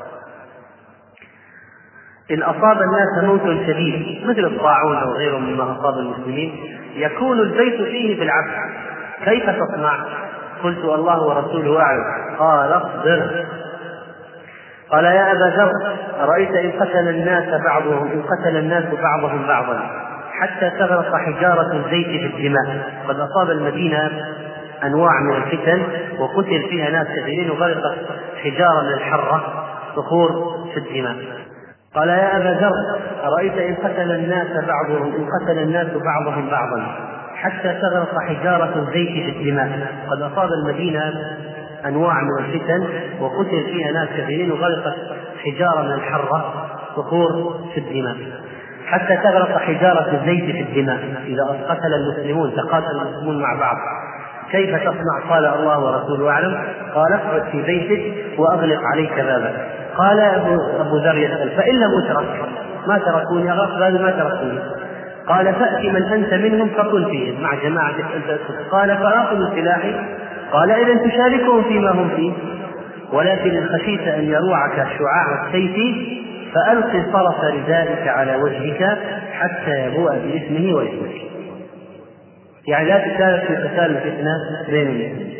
إن أصاب الناس موت شديد مثل الطاعون أو غيره مما أصاب المسلمين يكون البيت فيه بالعبد، كيف تصنع؟ قلت الله ورسوله أعلم. قال اصبر. قال يا أبا ذر أرأيت إن قتل الناس بعضهم إن قتل الناس بعضهم بعضا حتى تغرق حجارة الزيت في الدماء. قد أصاب المدينة أنواع من الفتن وقتل فيها ناس كثيرين وغرقت حجارة من الحرة صخور في الدماء. قال يا أبا ذر أرأيت إن قتل الناس بعضهم إن قتل الناس بعضهم بعضا حتى تغرق حجارة الزيت في الدماء. قد أصاب المدينة أنواع من الفتن وقتل فيها ناس كثيرين وغرقت حجارة من الحرة صخور في الدماء حتى تغرق حجارة الزيت في الدماء. إذا قتل المسلمون تقاتل المسلمون مع بعض كيف تصنع؟ قال الله ورسوله أعلم. قال اقعد في بيتك وأغلق عليك بابك. قال أبو ذر يسأل فإن لم أترك ما تركوني أغلق بابي ما تركوني. قال فأتي من أنت منهم فكن فيهم مع جماعتك أنت. قال فآخذ سلاحي. قال إذن تشاركهم فيما هم فيه ولكن إن خشيت أن يروعك شعاع السيف فألقي طرف ردائك على وجهك حتى يبوء باسمه واسمك. يعني لا تشارك في قتال الفتنة بين المسلمين.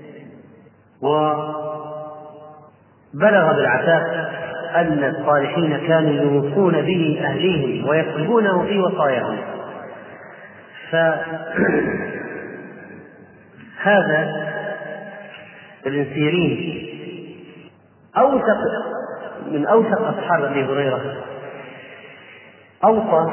وبلغ بالعفاف أن الصالحين كانوا يوصون به أهليهم ويكتبونه في وصاياهم. فهذا ابن سيرين أوثق من أوثق أصحاب أبي هريرة أوصى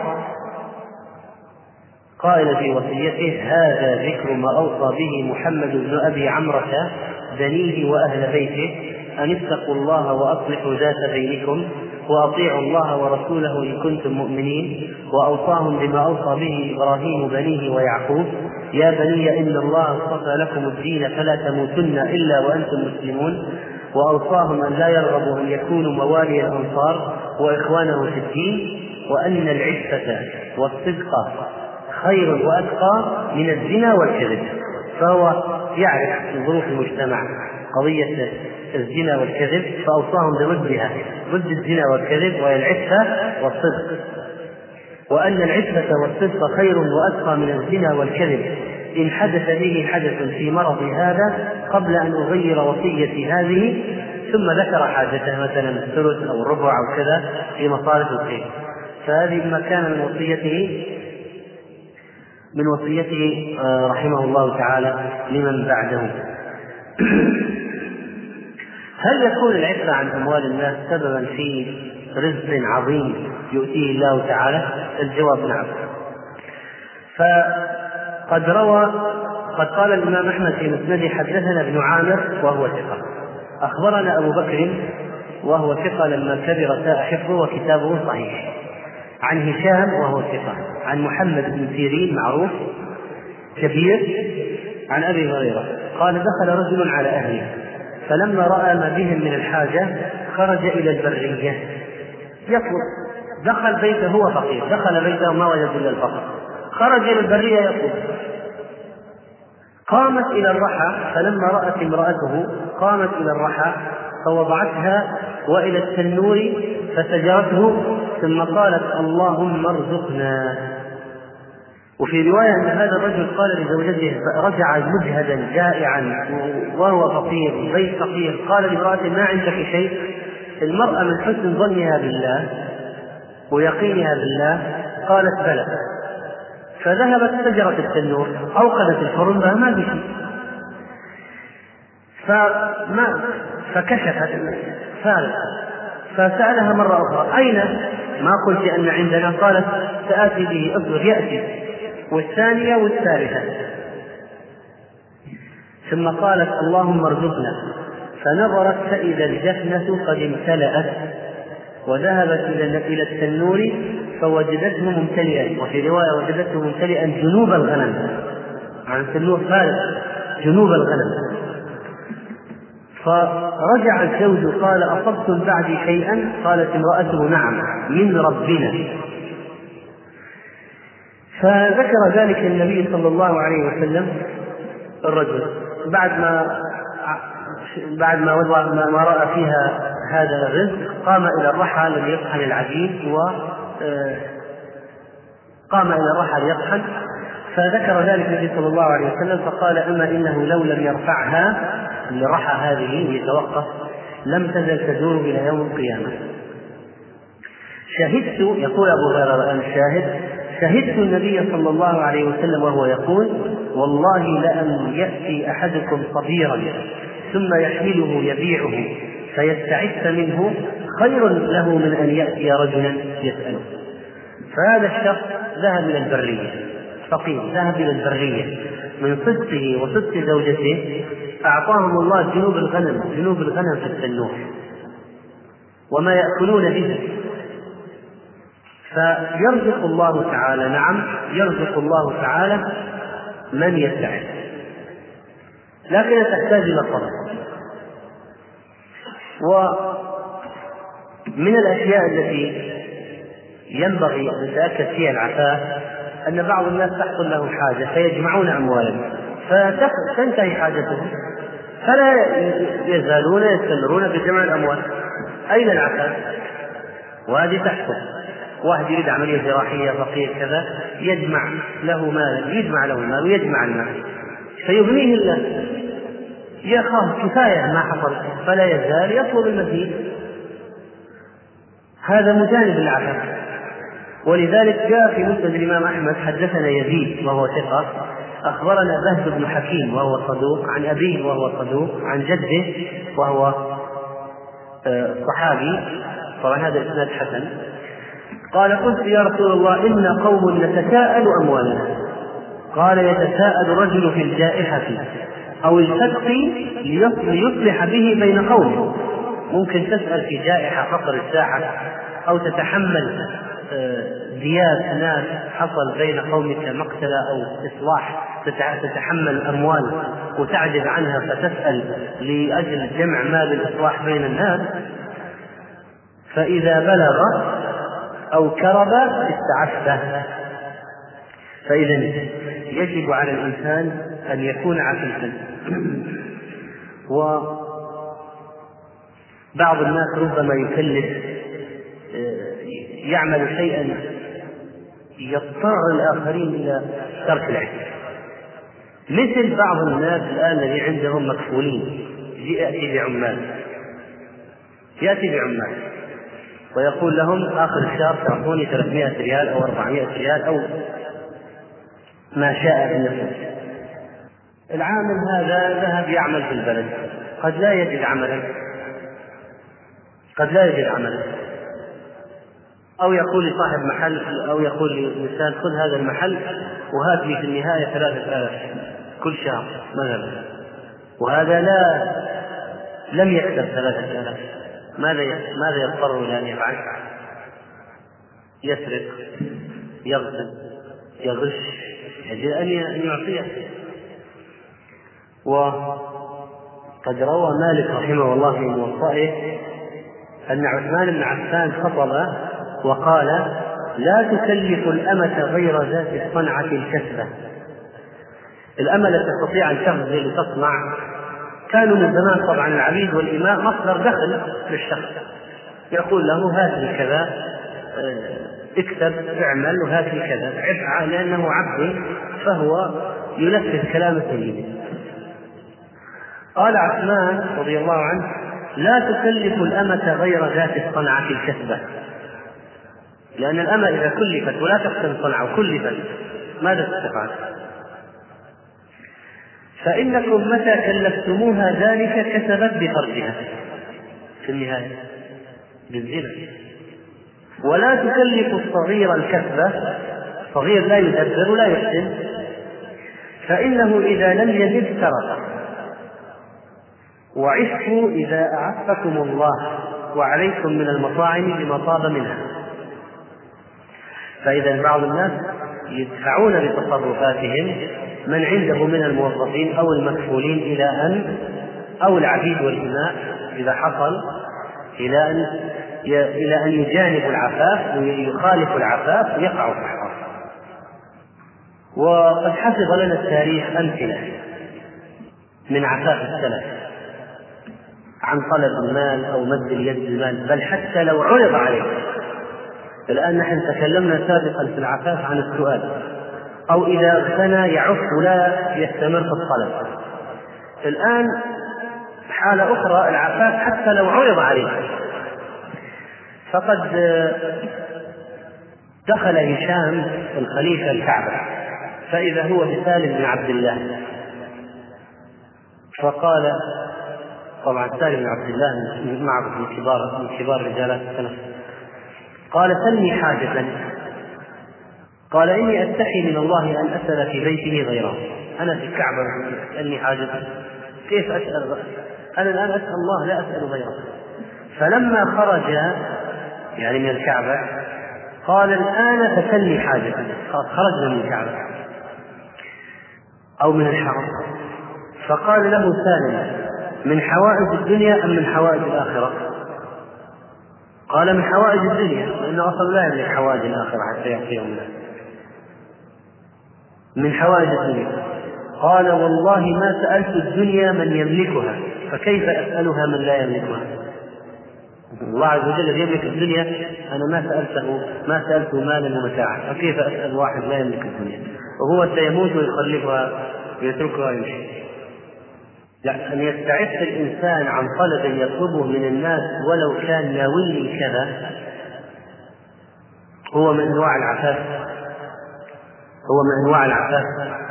قائل في وصيته هذا ذكر ما أوصى به محمد بن أبي عمرة بنيه وأهل بيته أن اتقوا الله وأصلحوا ذات بينكم وأطيعوا الله ورسوله إن كنتم مؤمنين. وأوصاهم بما أوصى به إبراهيم بنيه ويعقوب يا بني إن الله اصطفى لكم الدين فلا تموتن إلا وأنتم مسلمون. وأوصاهم أن لا يرغبوا أن يكونوا موالي الأنصار وإخوانه في الدين وأن العفة والصدق خير وأتقى من الزنا والكذب. فهو يعرف ظروف المجتمع قضية الزنا والكذب فأوصاهم بضدها ضد الزنا والكذب وهي العفة والصدق وأن العفة والصدق خير وأتقى من الزنا والكذب. إن حدث به حدث في مرض هذا قبل أن أغير وصيتي هذه ثم ذكر حاجته مثلا الثلث أو الربع أو كذا في مصارف الخير. فهذه ما كان من وصيته من وصيته رحمه الله تعالى لمن بعده. هل يكون العفة عن أموال الناس سببا في رزق عظيم يؤتيه الله تعالى؟ الجواب نعم. فقد روى قد قال الإمام أحمد في مسنده حدثنا ابن عامر وهو ثقة أخبرنا أبو بكر وهو ثقة لما كبر ساء حفظه وكتابه صحيح عن هشام وهو ثقة عن محمد بن سيرين معروف كبير عن أبي هريرة قال دخل رجل على أهله فلما رأى ما بهم من الحاجة خرج إلى البرية يطلب. دخل بيته هو فقير دخل بيته ما وجد إلا الفقر خرج إلى البرية يطلب. قامت إلى الرحى فلما رأت امرأته قامت إلى الرحى فوضعتها وإلى التنور فسجرته ثم قالت اللهم ارزقنا. وفي رواية أن هذا الرجل قال لزوجته رجع مجهدا جائعا وهو فقير بيت فقير قال لامرأته ما عندك شيء. المرأة من حسن ظنها بالله ويقينها بالله؟ قالت بلى. فذهبت سجرت التنور، أوقدت الفرن، ما في شيء. فما فكشفت فارغة، فسألها مرة أخرى: أين؟ ما قلت أن عندنا؟ قالت: سآتي به، اصبر يأتي. والثانية والثالثة. ثم قالت: اللهم ارزقنا. فنظرت فإذا الجفنة قد امتلأت، وذهبت إلى التنور فوجدته ممتلئا، وفي رواية وجدته ممتلئا جنوب الغنم، عن التنور فارغ جنوب الغنم. فرجع الزوج قال: أصبتم بعدي شيئا؟ قالت امرأته: نعم، من ربنا. فذكر ذلك النبي صلى الله عليه وسلم. الرجل بعد ما بعد ما وضع ما رأى فيها هذا الرزق قام إلى الرحى ليطحن العجين، وقام إلى الرحى ليطحن. فذكر ذلك النبي صلى الله عليه وسلم فقال: أما إنه لو لم يرفعها لرحى هذه ليتوقف لم تزل تدور إلى يوم القيامة. شهدت، يقول أبو هريرة الآن الشاهد: شهدت النبي صلى الله عليه وسلم وهو يقول: والله لأن يأتي أحدكم صبيرا ثم يحمله يبيعه فيستعف منه خير له من أن يأتي رجلا يسأله. فهذا الشخص ذهب إلى البرية، فقير ذهب إلى البرية من صدقه وصدق زوجته، أعطاهم الله جنوب الغنم جنوب الغنم في التنور وما يأكلون به. فيرزق الله تعالى، نعم يرزق الله تعالى من يستعد، لكن تحتاج إلى صبر. ومن الأشياء التي ينبغي أن نتأكد فيها العفاف أن بعض الناس تحصل له حاجة فيجمعون أموالهم فتنتهي حاجتهم فلا يزالون يستمرون بجمع الأموال. أين العفاف؟ وهذه تحصل. واحد يريد عملية جراحية فقير كذا يجمع له مال يجمع له المال ويجمع المال فيغنيه الله، يخاف كفاية ما حصل فلا يزال يطلب المزيد. هذا مجانب العفاف. ولذلك جاء في مسند الإمام أحمد: حدثنا يزيد وهو ثقة، أخبرنا بهز بن حكيم وهو صدوق، عن أبيه وهو صدوق، عن جده وهو صحابي، طبعا هذا الإسناد حسن. قال: قلت يا رسول الله إن قوم نتساءل أموالنا. قال: يتساءل رجل في الجائحة أو الفتق ليصلح به بين قومه. ممكن تسأل في جائحة فقر الساعة، أو تتحمل ديات ناس حصل بين قومك مقتلة أو إصلاح، تتحمل أموال وتعجز عنها فتسأل لأجل جمع مال الإصلاح بين الناس. فإذا بلغ أو كرب استعفه. فإذا يجب على الإنسان أن يكون عفيفا. وبعض الناس ربما يكلف يعمل شيئا يضطر الآخرين إلى ترك العفة، مثل بعض الناس الآن الذي عندهم مكفولين يأتي بعمال يأتي بعمال ويقول لهم آخر الشهر تعطوني ثلاثمائة ريال أو أربعمائة ريال أو ما شاء بالنفس. العامل هذا ذهب يعمل في البلد، قد لا يجد عملا قد لا يجد عملا أو يقول لصاحب محل أو يقول للإنسان: خذ هذا المحل وهات لي في النهاية ثلاثة آلاف كل شهر مثلا، وهذا لا لم يكسب ثلاثة آلاف. ماذا ماذا يضطر إلى أن يفعل؟ يسرق، يغسل، يغش، يجب أن يعطيه. وقد روى مالك رحمه الله في موطئه أن عثمان بن عفان خطب وقال: لا تكلف الأمة غير ذات الصنعة الكسبة. الأمة لا تستطيع أن تغزل وتصنع. كانوا من زمان طبعا العبيد والإماء مصدر دخل للشخص، يقول له: هات لي كذا، اكتب، اعمل، وهات لي كذا، لأنه عبد فهو ينفذ كلام سيده. قال عثمان رضي الله عنه: لا تكلف الأمة غير ذات الصنعة الكسبة. لأن الأمة إذا كلفت ولا تحسن صنعة وكلفت ماذا تستفعل؟ فإنكم متى كلفتموها ذلك كسبت بفرجها في النهاية بالزنا. ولا تكلف الصغير الكسبة، الصغير لا يدبر ولا يحسن، فإنه إذا لم يجد سرق. وعفوا إذا أعفكم الله وعليكم من المطاعم بما طاب منها. فإذا بعض الناس يدفعون بتصرفاتهم من عنده من الموظفين أو المكفولين إلى أن أو العبيد والإماء إذا حصل إلى أن إلى أن يجانبوا العفاف ويخالفوا العفاف ويقعوا في الحرام. وقد حفظ لنا التاريخ أمثلة من عفاف السلف عن طلب المال أو مد اليد المال، بل حتى لو عرض عليه. الآن نحن تكلمنا سابقا في العفاف عن السؤال، أو إذا اغتنى يعف ولا يستمر في الطلب. الآن حالة أخرى العفاف حتى لو عرض عليه. فقد دخل هشام الخليفة الكعبة فإذا هو بسالم بن عبد الله، فقال، طبعا سالم بن عبد الله معروف من كبار من كبار رجالات السلف، قال سلني حاجة. قال إني أستحي من الله أن أسأل في بيته غيره. أنا في الكعبة أسألني حاجة، كيف أسأل غيره؟ أنا الآن أسأل الله لا أسأل غيره. فلما خرج يعني من الكعبة قال الآن فسلني حاجة. خرجنا من الكعبة أو من الحرم، فقال له سالم من حوائج الدنيا أم من حوائج الآخرة؟ قال من حوائج الدنيا، لأنه أصلا لا يملك حوائج الآخرة حتى يعطيهم الله. من حوائج الدنيا. قال والله ما سألت الدنيا من يملكها، فكيف أسألها من لا يملكها؟ الله عز وجل الذي يملك الدنيا أنا ما سألته ما سألته مالا ومتاعا، فكيف أسأل واحد لا يملك الدنيا وهو سيموت ويخلفها ويتركها ويمشي؟ لا، أن يستعف الإنسان عن طلب يطلبه من الناس ولو كان ناوي كذا هو من أنواع العفاف، هو من أنواع العفاف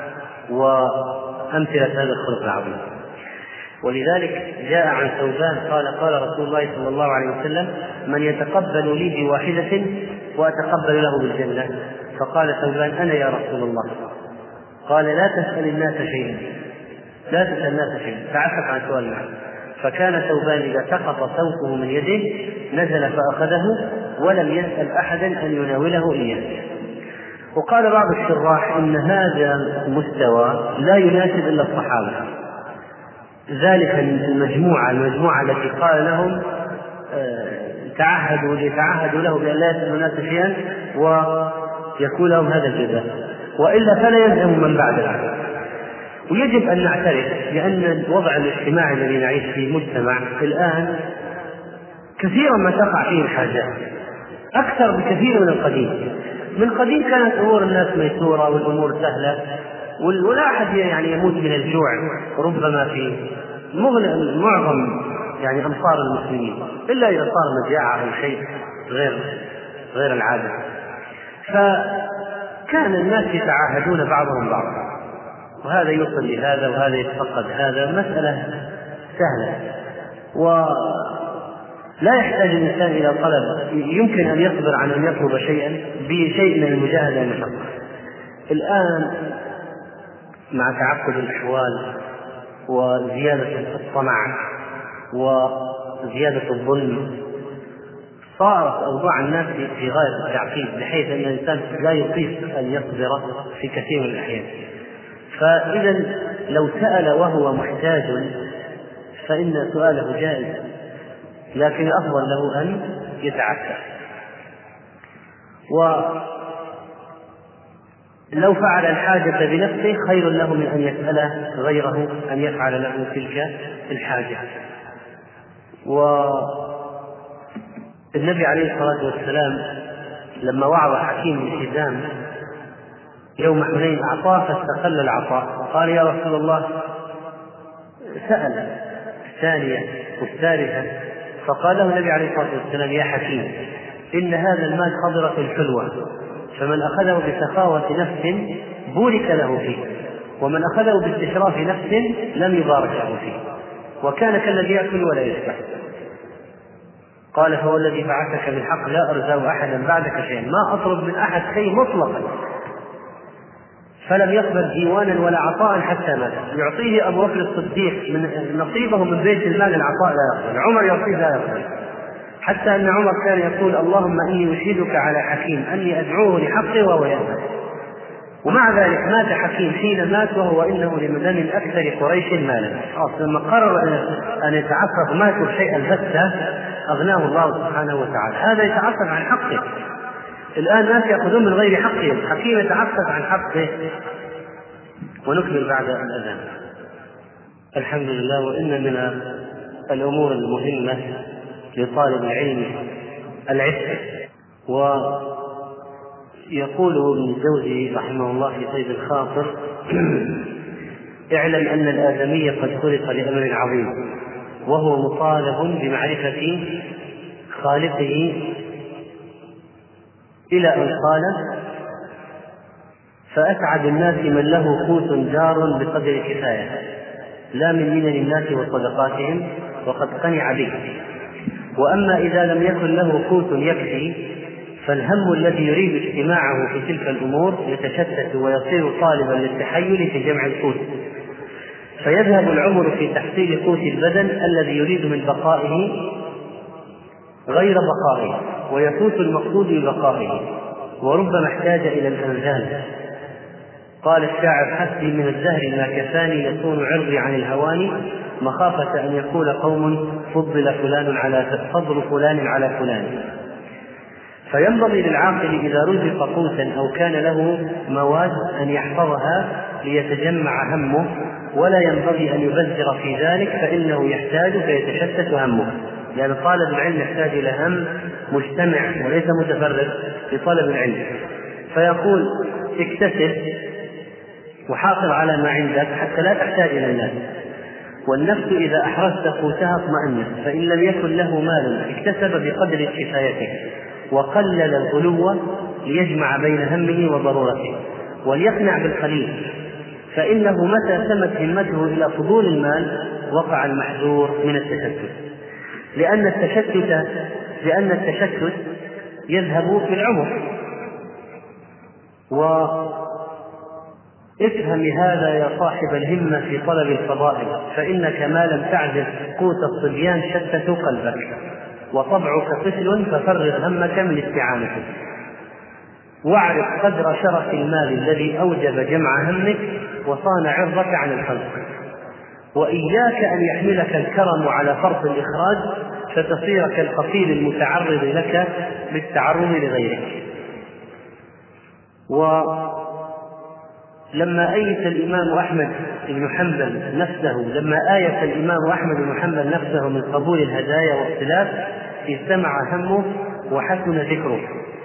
وأمثلة هذا الخلق العظيم. ولذلك جاء عن ثوبان قال قال رسول الله صلى الله عليه وسلم من يتقبل لي بواحدة وأتقبل له بالجنة؟ فقال ثوبان أنا يا رسول الله. قال لا تسأل الناس شيئا، لا تسأل الناس شيئا، تعفف عن سؤال الناس. فكان ثوبان إذا سقط ثوبه من يده نزل فأخذه ولم يسأل أحدا أن يناوله إياه. وقال بعض الشراح إن هذا المستوى لا يناسب إلا الصحابة، ذلك المجموعة المجموعة التي قال لهم تعهدوا ليتعهدوا له بأن لا يسألوا الناس شيئا ويكون لهم هذا الجزاء، وإلا فلا يلزم من بعد العهد. ويجب أن نعترف بأن الوضع الاجتماعي الذي نعيش فيه مجتمع الآن كثيرا ما تقع فيه الحاجات أكثر بكثير من القديم. من قديم كانت أمور الناس ميسورة والأمور سهلة ولا أحد يعني يموت من الجوع ربما في معظم يعني أمصار المسلمين، إلا إذا صار مجاعة أو شيء غير غير العادة. فكان الناس يتعاهدون بعضهم بعضا، وهذا يوصل لهذا وهذا يتفقد هذا، مسألة سهلة ولا يحتاج الإنسان إلى طلب، يمكن أن يصبر عن أن يطلب شيئا بشيء من المجاهدة والمشقة. الآن مع تعقد الأحوال وزيادة الطمع وزيادة الظلم صارت أوضاع الناس في غاية التعقيد، بحيث أن الإنسان لا يطيق أن يصبر في كثير من الأحيان. فإذا لو سأل وهو محتاج فإن سؤاله جائز، لكن الأفضل له أن يتعفف. ولو فعل الحاجة بنفسه خير له من أن يسأل غيره أن يفعل له تلك الحاجة. والنبي عليه الصلاة والسلام لما وعظ حكيم بن حزام يوم حنين أعطاه فاستقل العطاء، قال يا رسول الله، سأل الثانية والثالثة، فقال له النبي عليه الصلاة والسلام يا حكيم إن هذا المال خضرة حلوة، فمن أخذه بسخاوة نفس بورك له فيه، ومن أخذه باستشراف نفس لم يبارك له فيه، وكان كالذي يأكل ولا يشبع. قال فهو الذي بعثك بالحق لا أرزق أحدا بعدك شيئا، ما أطلب من أحد شيء مطلقا. فلم يقبل ديوانا ولا عطاء حتى مات. يعطيه أبو بكر الصديق من نصيبه من بيت المال العطاء لا يقبل، عمر يعطيه لا يقبل، حتى أن عمر كان يقول اللهم إني أشهدك على حكيم أني أدعوه لحقه وهو يأبى. ومع ذلك مات حكيم حين مات وهو إنه لمن أكثر قريش مالا. لما قرر أن يتعفف ماتوا شيئا البتة أغناه الله سبحانه وتعالى. هذا يتعفف عن حقه. الآن ناس يأخذون من غير حقهم، حكيم يتعفف عن حقه. ونكمل بعد الأذان. الحمد لله. وإن من الأمور المهمة لطالب العلم العفة. ويقول ابن الجوزي رحمه الله في صيد الخاطر اعلم أن الآدمي قد خلق لأمر عظيم، وهو مطالب بمعرفة خالقه، إلى أن قال فأسعد الناس من له قوت جار بقدر كفاية، لا من منن الناس وصدقاتهم وقد قنع به. وأما إذا لم يكن له قوت يكفي فالهم الذي يريد اجتماعه في تلك الأمور يتشتت ويصير طالبا للتحيل في جمع القوت، فيذهب العمر في تحصيل قوت البدن الذي يريد من بقائه غير بقائه، ويفوت المقصود ببقائه، وربما احتاج إلى الأنزال. قال الشاعر حسبي من الزهر ما كفاني يصون عرضي عن الهوان، مخافة أن يقول قوم فضل فلان على فضل فلان على فلان. فينبغي للعاقل إذا رزق قوتا أو كان له مواد أن يحفظها ليتجمع همه، ولا ينبغي أن يبذر في ذلك فإنه يحتاج فيتشتت همه، لأن طالب العلم يحتاج إلى هم مجتمع وليس متفرد لطلب العلم. فيقول اكتسب وحافظ على ما عندك حتى لا تحتاج إلى الناس. والنفس إذا أحرزت قوتها اطمأنت، فإن لم يكن له مال اكتسب بقدر كفايته وقلل الغلو ليجمع بين همه وضرورته، وليقنع بالقليل، فإنه متى سمت همته إلى فضول المال وقع المحذور من التشتت، لأن التشتت لأن التشتت يذهب في العمر. وافهم هذا يا صاحب الهمة في طلب الفضائل، فإنك ما لم تعزف قوت الصبيان شتت قلبك، وطبعك طفل ففرغ همك من استعانته. واعرف قدر شرف المال الذي أوجب جمع همك وصان عرضك عن الخلق، وإياك أن يحملك الكرم على فرط الإخراج فتصير كالقتيل المتعرض لك بالتعرض لغيرك. ولما آيس الإمام أحمد بن حنبل نفسه لما آيس الإمام أحمد بن حنبل نفسه من قبول الهدايا واختلاف اجتمع همه وحسن ذكره.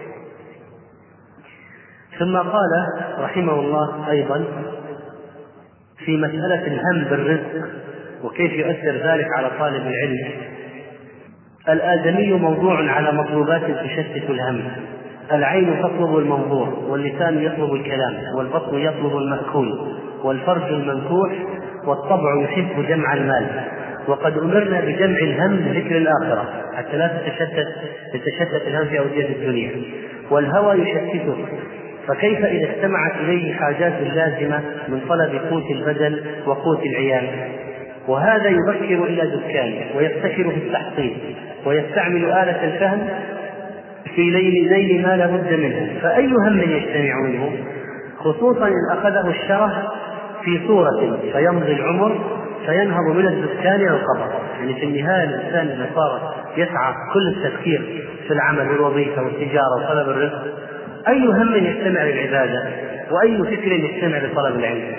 ثم قال رحمه الله أيضا في مسألة الهم بالرزق وكيف يؤثر ذلك على طالب العلم: الآدمي موضوع على مطلوبات تشتت الهم، العين تطلب المنظور، واللسان يطلب الكلام، والبطن يطلب المأكول، والفرج المنكوح، والطبع يحب جمع المال. وقد أمرنا بجمع الهم لذكر الآخرة حتى لا تتشتت تتشتت الهم في أودية الدنيا، والهوى يشتته، فكيف إذا اجتمعت إليه حاجات لازمة من طلب قوت البدن وقوت العيال؟ وهذا يبكر إلى دكانه ويبتكر في التحصيل ويستعمل آلة الفهم في ليل ليل ما لا بد منه، فأي هم يجتمع منه؟ خصوصا إن أخذه الشره في صورة فيمضي العمر فينهض من الدكان والقبر. يعني في النهاية الإنسان إذا صار يسعى كل التفكير في العمل والوظيفة والتجارة وطلب الرزق، أي هم يجتمع للعبادة وأي فكر يجتمع لطلب العلم؟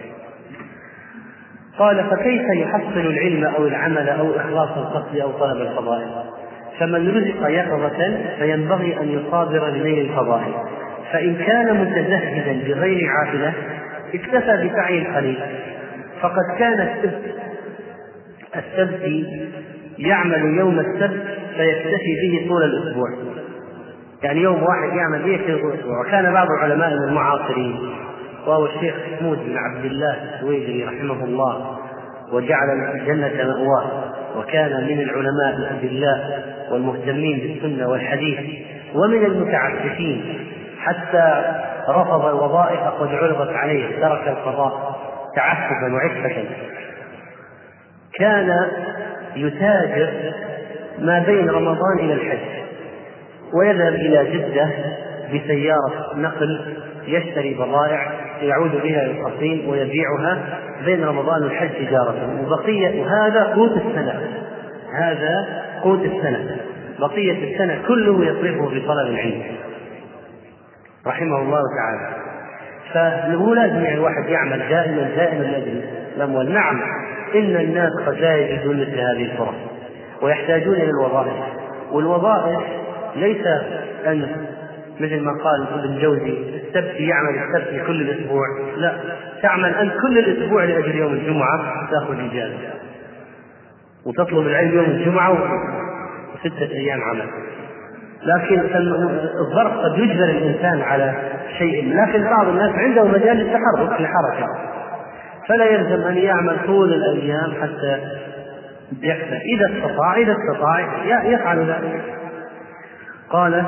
قال فكيف يحصل العلم أو العمل أو إخلاص القصد أو طلب الفضائل؟ فمن رزق يقظة فينبغي أن يصابر لنيل الفضائل، فإن كان متزهدا بغير عافلة اكتفى بسعي القليل، فقد كان السبت السبت يعمل يوم السبت فيكتفي به طول الأسبوع، يعني يوم واحد يعمل به. وكان بعض العلماء المعاصرين وهو الشيخ حمود بن عبد الله السويدري رحمه الله وجعل الجنة مأواه، وكان من العلماء الأدلاء والمهتمين بالسنة والحديث ومن المتعففين، حتى رفض الوظائف قد عرضت عليه، ترك القضاء تعففا وعفة. كان يتاجر ما بين رمضان إلى الحج، ويذهب إلى جدة بسيارة نقل يشتري بضائع يعود بها إلى القصيم ويبيعها بين رمضان والحج تجارة، وبقية هذا قوت السنة، هذا قوت السنة، بقية السنة كله يصرفه في طلب العلم رحمه الله تعالى. فهو لازم يعني الواحد يعمل دائما دائما لأجل الأموال. نعم إن الناس قد لا يجدون مثل هذه الفرص ويحتاجون إلى الوظائف، والوظائف ليس أن مثل ما قال ابن جوزي السبت يعمل السبت كل الأسبوع، لا، تعمل أنت كل الأسبوع لأجل يوم الجمعة تأخذ إجازة وتطلب العلم يوم الجمعة وستة أيام عمل. لكن الظرف قد يجبر الإنسان على شيء، لكن بعض الناس عنده مجال للتحرك للحركة، فلا يلزم أن يعمل طول الأيام حتى يكفى. إذا استطاع إذا استطاع يفعل ذلك. قال: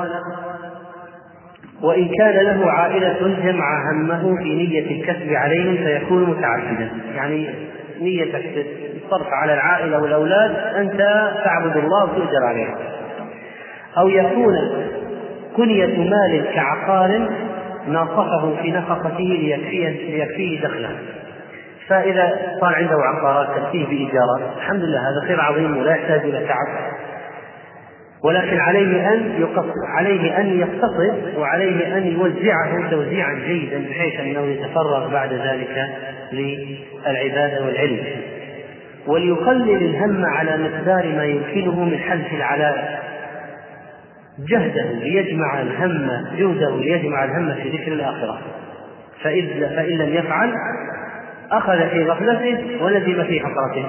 وإن كان له عائلة جمع همه في نية الكسب عليهم فيكون متعبدا. يعني نيتك الصرف على العائلة والأولاد، أنت تعبد الله وتؤجر عليه. أو يكون كنية مال كعقار ناصحه في نفقته ليكفيه, ليكفيه دخله، فإذا صار عنده عقارات تأتيه بإيجارات الحمد لله، هذا خير عظيم ولا يحتاج إلى تعب، ولكن عليه أن يقص عليه أن يقتصد وعليه أن يوزعه توزيعا جيدا بحيث أنه يتفرغ بعد ذلك للعبادة والعلم، وليقلل الهم على مقدار ما يمكنه من حذف العلائق، جهده ليجمع الهم جهده ليجمع الهم في ذكر الآخرة، فإن لم يفعل أخذ في غفلته وندم في حسرته.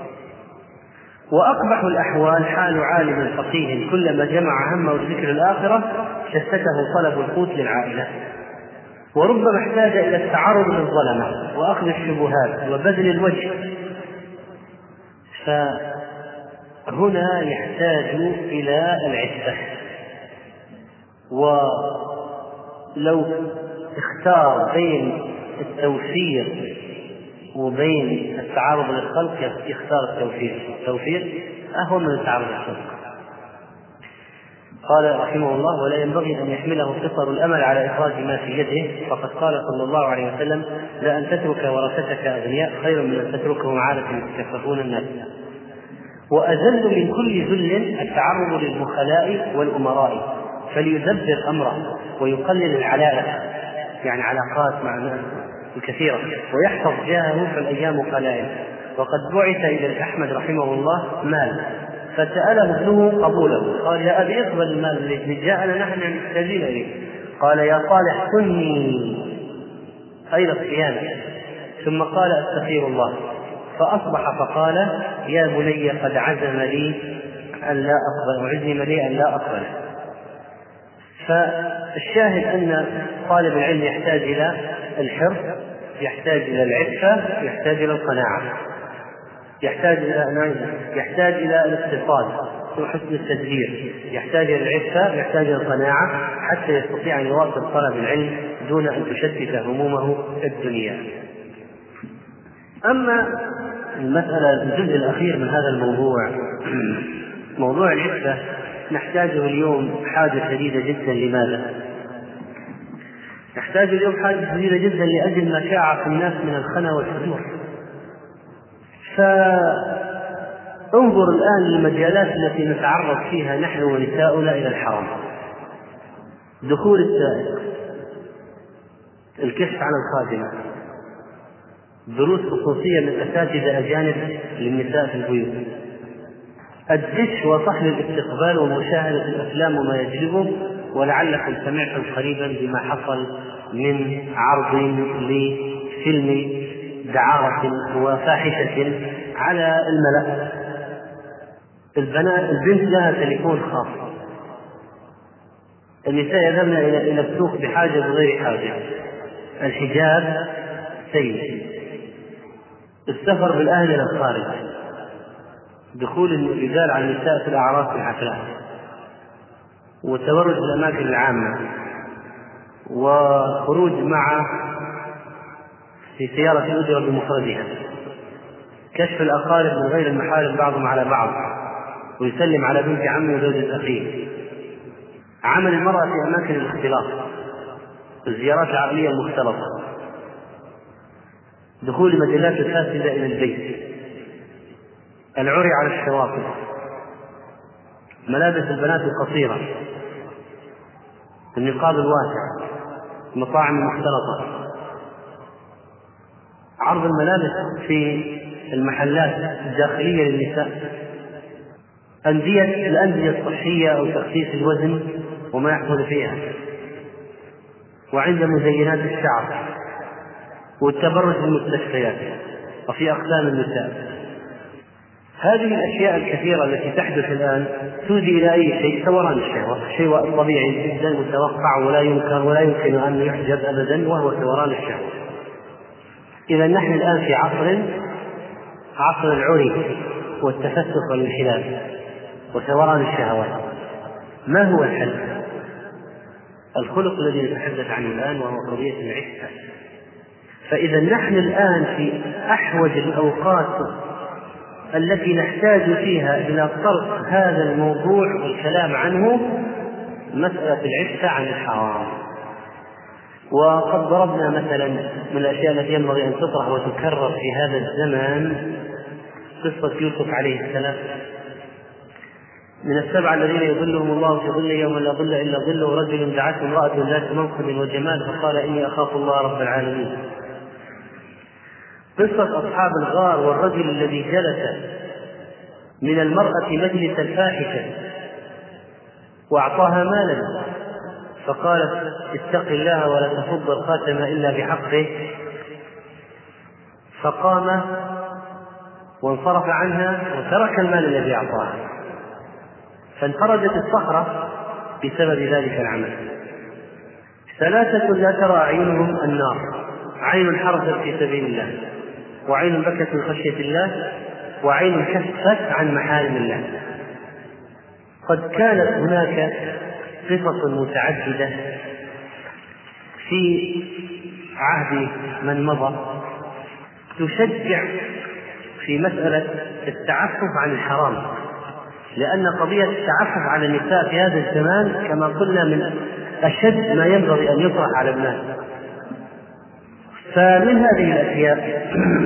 وأقبح الأحوال حال عالم فقيه كلما جمع همه لذكر الآخرة شتته طلب القوت للعائلة، وربما احتاج إلى التعرض للظلمة وأخذ الشبهات وبذل الوجه، فهنا يحتاج إلى العفة. ولو اختار بين التوفير وبين التعرض للخلق يختار التوفير، التوفير أهون من التعرض للخلق. قال رحمه الله: ولا ينبغي أن يحمله قصر الأمل على إخراج ما في يده، فقد قال صلى الله عليه وسلم: لأن تترك ورثتك أغنياء خير من أن تتركهم عالة يتكففون الناس. وأذل من كل ذل التعرض للبخلاء والأمراء، فليدبر أمره ويقلل العلائق، يعني علاقات مع الناس الكثيرة، ويحفظ جاهه فالأيام قلائل. وقد بعث إلى أحمد رحمه الله مال، فسأله ابنه قبوله، قال: يا أبي اقبل المال الذي جاءنا نحن نحتاجين إليه. قال: يا صالح سني خير الصيانة. ثم قال: أستغفر الله. فأصبح فقال: يا بني قد عزم لي أن لا أقبل وعزم لي أن لا أقبل. فالشاهد أن طالب العلم يحتاج إلى الحرص، يحتاج إلى العفة، يحتاج إلى القناعة، يحتاج إلى يحتاج إلى الاقتصاد وحسن التدبير، يحتاج إلى العفة، يحتاج إلى القناعة حتى يستطيع أن يواصل طلب العلم دون أن تشتت همومه الدنيا. أما المسألة الجزء الأخير من هذا الموضوع، موضوع العفة، نحتاجه اليوم حاجة شديدة جدا. لماذا؟ نحتاج اليوم حاجة شديدة جدا لأجل ما شاع في الناس من الخنا والفتور. فانظر الآن للمجالات التي نتعرض فيها نحن ونساؤنا إلى الحرام: دخول السائق، الكشف على الخادمة، دروس خصوصية للأساتذة أجانب للنساء في البيوت، الدش وصحن الاستقبال ومشاهدة الأفلام وما يجلبه. ولعلكم سمعتم قريبا بما حصل من عرض لفيلم دعارة وفاحشة على الملأ. البنات البنت لها تليفون خاص النساء يذهبن إلى السوق بحاجة بغير حاجة. الحجاب سيء. السفر بالأهل إلى الخارج، دخول الرجال على النساء في الأعراس في الحفلات، والتبرج في الأماكن العامة، وخروج مع في سيارة الأجرة بمفردها، كشف الأقارب من غير المحارم بعضهم على بعض، ويسلم على بنت عمه وزوجة أخيه، عمل المرأة في أماكن الاختلاط، الزيارات العائلية المختلطة، دخول المجلات الفاسدة إلى البيت، العري على الشواطئ، ملابس البنات القصيرة، النقاب الواسع، المطاعم المختلطة، عرض الملابس في المحلات الداخلية للنساء، أندية الأندية الصحية أو تخسيس الوزن وما يحصل فيها، وعند مزينات الشعر، والتبرج في المستشفيات وفي أقسام النساء. هذه الأشياء الكثيرة التي تحدث الآن تؤدي إلى أي شيء؟ ثوران الشهوة، شيء طبيعي جدا متوقع ولا ينكر ولا يمكن أن يحجب أبدا، وهو ثوران الشهوة. إذا نحن الآن في عصر عصر العري والتفسخ والانحلال وثوران الشهوات. ما هو الحل؟ الخلق الذي نتحدث عنه الآن، وهو قضية العفة. فإذا نحن الآن في أحوج الأوقات التي نحتاج فيها إلى طرح هذا الموضوع والكلام عنه، مسألة العفة عن الحرام. وقد ضربنا مثلا من الأشياء التي ينبغي أن تطرح وتكرر في هذا الزمان قصة يوسف عليه السلام. من السبعة الذين يظلهم الله في ظله يوم لا ظل إلا ظله، رجل دعته امرأة ذات منصب وجمال فقال إني أخاف الله رب العالمين. قصة أصحاب الغار والرجل الذي جلس من المرأة مجلس الفاحشة وأعطاها مالا فقالت اتق الله ولا تفض الخاتم إلا بحقه، فقام وانصرف عنها وترك المال الذي أعطاها، فانفردت الصخرة بسبب ذلك العمل. ثلاثة لا ترى أعينهم النار، عين حرثت في سبيل الله، وعين بكت من خشية الله، وعين كفت عن محارم الله. قد كانت هناك قصص متعددة في عهد من مضى تشجع في مسألة التعفف عن الحرام، لأن قضية التعفف عن النساء في هذا الزمان كما قلنا من أشد ما ينبغي أن يطرح على الناس. فمن هذه الأشياء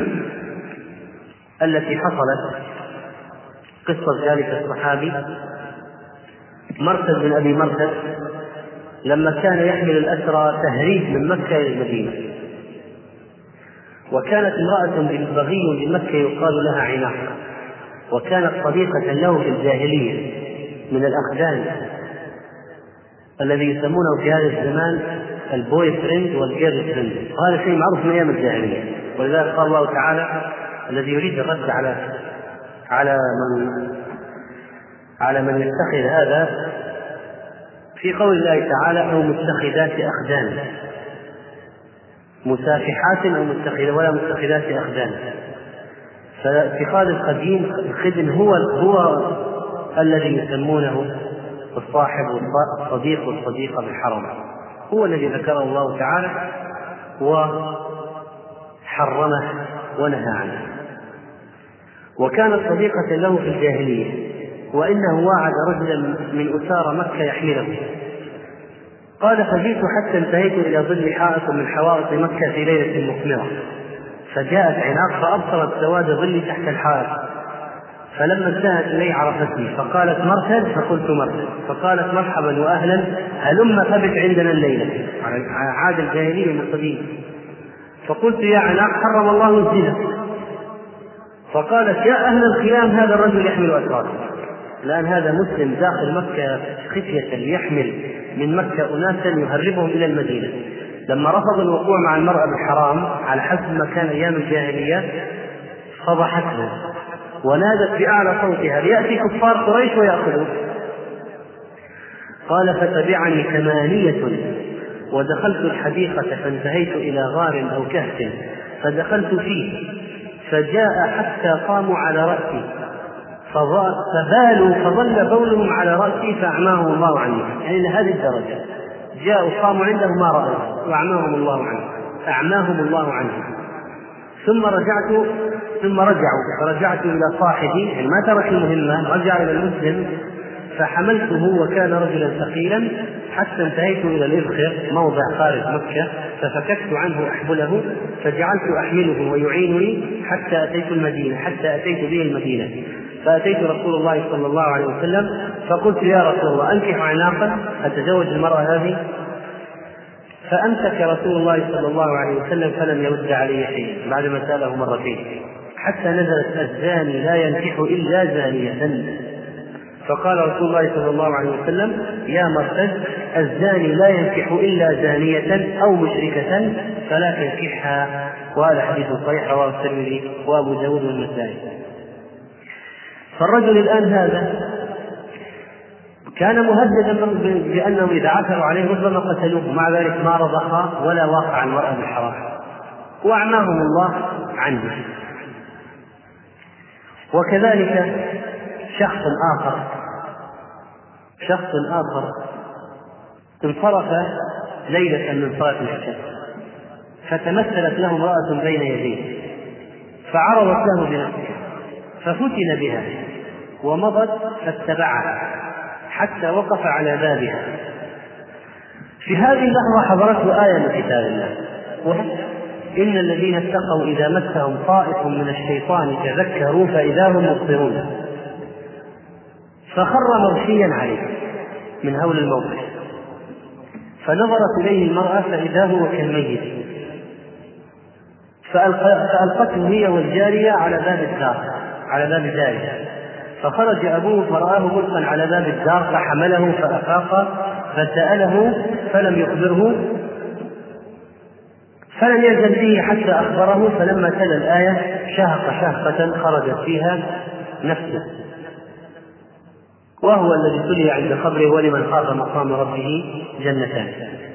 التي حصلت قصة ذلك الصحابي مرثد بن أبي مرثد لما كان يحمل الأسرى تهريب من مكة إلى المدينة، وكانت امرأة بغي بمكة يقال لها عناق، وكانت صديقة له في الجاهلية من الأخدان الذي يسمونه في هذا الزمان البوي فريند والجيرل فريند، وهذا شيء معروف من أيام الجاهلية. ولذلك قال الله تعالى الذي يريد الرد على على من على من يتخذ هذا في قول الله تعالى أو متخذات أخدان، مسافحات أو متخذ ولا متخذات أخدان. فاتخاذ القديم الخدم هو هو الذي يسمونه الصاحب والصديق والصديقة بالحرام، هو الذي ذكره الله تعالى وحرمه ونهى عنه. وكانت صديقة له في الجاهلية، وإنه وعد رجلا من أسار مكة يحمله. قال فجئت حتى انتهيت إلى ظل حائط من حوائط مكة في ليلة مقمرة، فجاءت عناق فأبصرت سواد ظلي تحت الحائط، فلما انتهت إلي عرفتني فقالت مرثد، فقلت مرثد، فقالت مرحبا وأهلا هلم فبت عندنا الليلة، عاد الجاهلية من قديم. فقلت يا عناق حرم الله الزنا، فقالت يا أهل الخيام هذا الرجل يحمل أسرار. الآن هذا مسلم داخل مكة خفية ليحمل من مكة أناسا يهربهم إلى المدينة. لما رفض الوقوع مع المرأة بالحرام على حسب ما كان أيام الجاهلية فضحته ونادت بأعلى صوتها ليأتي كفار قريش ويأخذوه. قال فتبعني ثمانية ودخلت الحديقة فانتهيت إلى غار أو كهف فدخلت فيه فجاء حتى قاموا على رأسي فبالوا فظل بولهم على رأسي فأعماهم الله عني. يعني إلى هذه الدرجة جاءوا قاموا عنده ما رأوا وأعماهم الله عنه أعماهم الله عنه. ثم رجعت ثم رجعوا فرجعت إلى صاحبي، يعني ما ترك المهمة، رجع إلى المسلم فحملته وكان رجلا ثقيلا حتى انتهيت إلى الإذخر موضع خارج مكة ففككت عنه أحبله فجعلت أحمله ويعينني حتى أتيت المدينة حتى أتيت به المدينة فأتيت رسول الله صلى الله عليه وسلم فقلت يا رسول الله أنكح عناقا أتزوج المرأة هذه؟ فأمسك رسول الله صلى الله عليه وسلم فلم يرد علي شيئا بعدما سأله مرتين حتى نزلت الزاني لا ينكح إلا زانية. فقال رسول الله صلى الله عليه وسلم يا مرتد الزاني لا ينكح إلا زانية أو مشركة فلا تنكحها. وهذا حديث صحيح رواه الترمذي وأبو داود والنسائي. فالرجل الآن هذا كان مهددا بأنه إذا عثروا عليه ربما قتلوه، مع ذلك ما رضخ ولا واقع المرأة بالحرام وأعماهم الله عنه. وكذلك شخص آخر شخص آخر انصرف ليلة من صلاة العشاء فتمثلت له امرأة بين يديه فعرضت له بنفسها ففتن بها ومضت فاتبعها حتى وقف على بابها. في هذه اللحظة حضرته آية من كتاب الله إن الذين اتقوا إذا مسهم طائف من الشيطان تذكروا فإذا هم مبصرون فخر مغشيا عليه من هول الموقف فنظرت إليه المرأة فإذا هو كالميت فألقته هي والجارية على باب الدار على باب داره فخرج أبوه فرآه ملقا على باب الدار فحمله فأفاق فسأله فلم يخبره فلم يزل به حتى أخبره فلما تلا الآية شهق شهقة خرجت فيها نفسه وهو الذي تلي عند قبره ولمن خاف مقام ربه جنتان.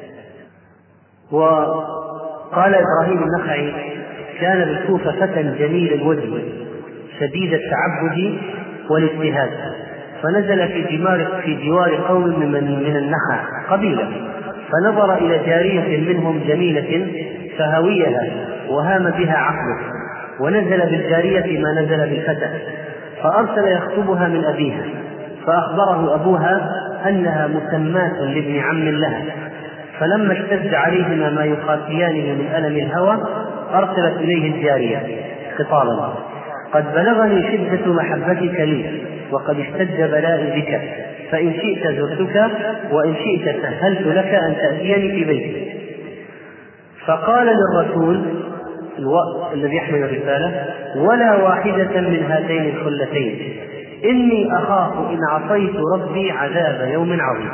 وقال إبراهيم النخعي كان بالكوفة فتى جميل الوجه شديد التعبد والاجتهاد فنزل في جوار في جوار قوم من, من النخع قبيلة فنظر إلى جارية منهم جميلة فهويها وهام بها عقله ونزل بالجارية ما نزل بالفتى فأرسل يخطبها من أبيها فأخبره أبوها أنها مسماة لابن عم لها فلما اشتد عليهما ما يخافيانه من ألم الهوى أرسلت إليه الجارية خطابا قد بلغني شدة محبتك لي وقد اشتد بلائي بك فإن شئت زرتك وإن شئت سهلت لك أن تأتيني في بيتي. فقال للرسول الذي يحمل الرسالة ولا واحدة من هاتين الخلتين إني أخاف إن عصيت ربي عذاب يوم عظيم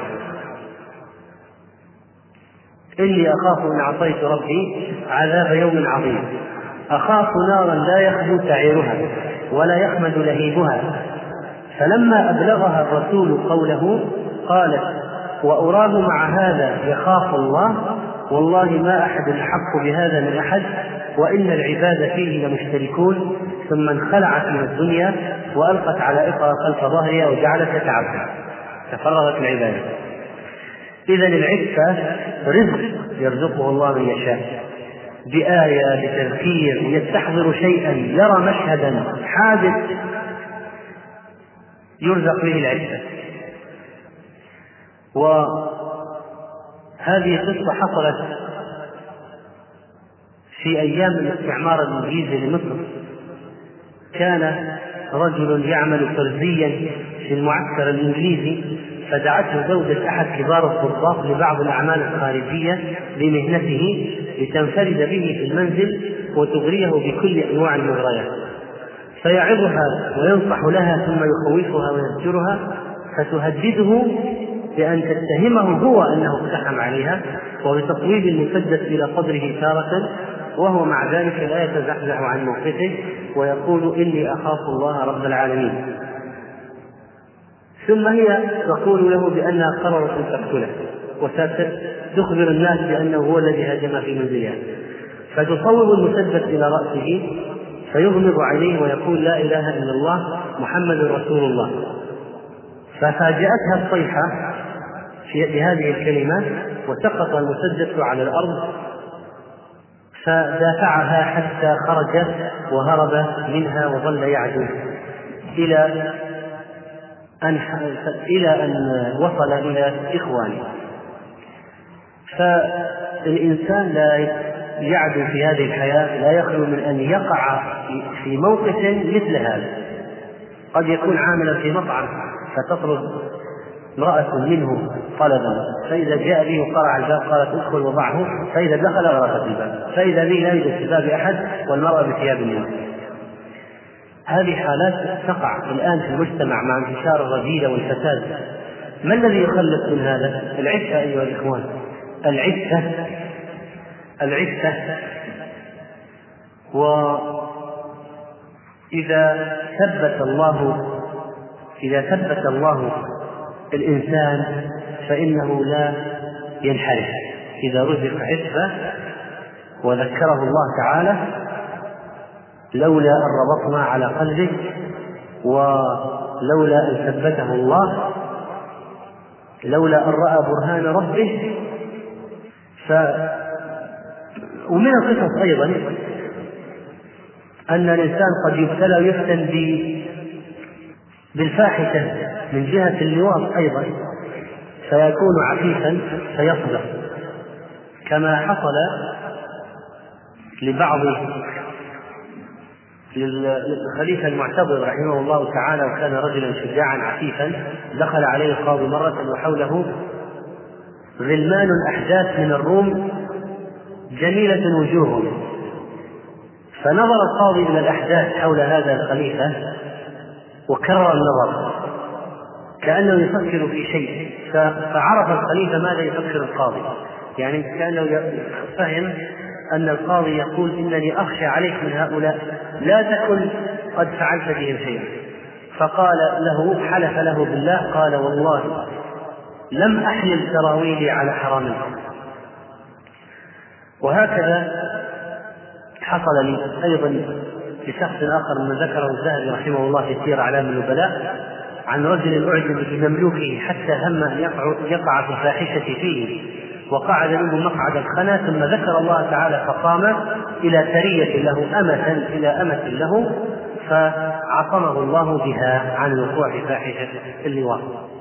إني أخاف إن عصيت ربي عذاب يوم عظيم أخاف نارا لا يخبو سعيرها ولا يخمد لهيبها. فلما أبلغها الرسول قوله قالت وأراه مع هذا يخاف الله والله ما أحد أحق بهذا من أحد وإن العباد فيه لمشتركون ثم انخلعت من الدنيا وألقت علائقها خلف ظهرها وجعلت تتعبد تفرغت العبادة. إذن العفة رزق يرزقه الله من يشاء بآية بتذكير يستحضر شيئا يرى مشهدا حادث يرزق به العفة. وهذه قصة حصلت في أيام الاستعمار الإنجليزي لمصر. كان رجل يعمل فرزيا في المعسكر الإنجليزي فدعته زوجة أحد كبار الضباط لبعض الأعمال الخارجية لمهنته لتنفرد به في المنزل وتغريه بكل أنواع المغريات فيعظها وينصح لها ثم يخوفها ويزجرها فتهدده بأن تتهمه هو أنه اقتحم عليها وبتطويل المسدس إلى قدره تارة وهو مع ذلك لا يتزحزح عن موقفه ويقول إني أخاف الله رب العالمين. ثم هي تقول له بأنها قررت أن تقتله وستخبر الناس بأنه هو الذي هجم في منزلها، فتصوب المسدس إلى رأسه فيغمض عليه ويقول لا إله إلا الله محمد رسول الله. ففاجأتها الصيحة بهذه الكلمات وسقط المسدس على الأرض، فدافعها حتى خرج وهرب منها وظل يعدو إلى أن إلى أن وصل إلى إخوانه. فالإنسان لا يعدو في هذه الحياة، لا يخلو من أن يقع في موقف مثل هذا. قد يكون عاملا في مطعم فتطلب امرأة منه طلبا، فإذا جاء به وقرع الباب قالت ادخل وضعه، فإذا دخل غلقت الباب، فإذا به لا يوجد في باب أحد والمرأة بثياب الناس. هذه حالات تقع الآن في المجتمع مع انتشار الرذيلة والفساد. ما الذي يخلص من هذا؟ العفة أيها الإخوان، العفة العفة وإذا ثبت الله إذا ثبت الله الإنسان فإنه لا ينحرف. إذا رزق عفة وذكره الله تعالى لولا أن ربطنا على قلبه ولولا أن ثبته الله لولا أن رأى برهان ربه. ف ومن القصص أيضا أن الإنسان قد يبتلى ويفتن بالفاحشة من جهة اللواط أيضا، فيكون عفيفا فيصبر، كما حصل لبعض للخليفة المعتضد رحمه الله تعالى، وكان رجلا شجاعا عفيفا. دخل عليه القاضي مرة وحوله غلمان الأحداث من الروم جميلة وجوههم، فنظر القاضي إلى الأحداث حول هذا الخليفة وكرر النظر كأنه يفكر في شيء، فعرف الخليفة ماذا يفكر القاضي، يعني كأنه فهم أن القاضي يقول إنني أخشى عليك من هؤلاء لا تكن قد فعلت بهم شيئا. فقال له حلف له بالله قال والله لم أحلل سراويلي على حرام. وهكذا حصل لي أيضا لشخص آخر من ذكره الذهبي رحمه الله في سير أعلام النبلاء عن رجل أعجب بمملوكه حتى هم أن يقع في الفاحشة فيه، وقعد منه مقعد الخنا، ثم ذكر الله تعالى فقام إلى سرية له أمة إلى أمة له فعصمه الله بها عن الوقوع في فاحشة اللواط.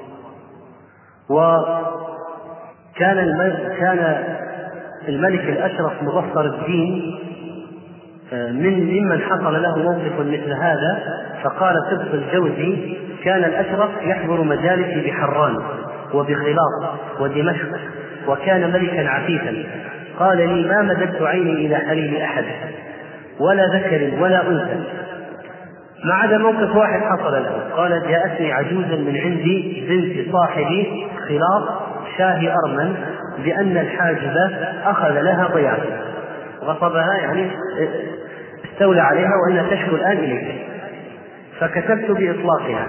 وكان الملك, كان الملك الأشرف مظفر الدين من ممن حصل له موقف مثل هذا، فقال سبط الجوزي كان الأشرف يحضر مجالسي بحران وبخلاص ودمشق، وكان ملكا عفيفا. قال لي ما مددت عيني إلى حليل أحد ولا ذكر ولا أنثى ما عدا موقف واحد حصل له. قال جاءتني عجوزا من عندي بنت صاحبي خلاص شاه أرمن بأن الحاجب أخذ لها ضياف، غصبها يعني استولى عليها وأنها تشكو الآن إليه، فكتبت بإطلاقها.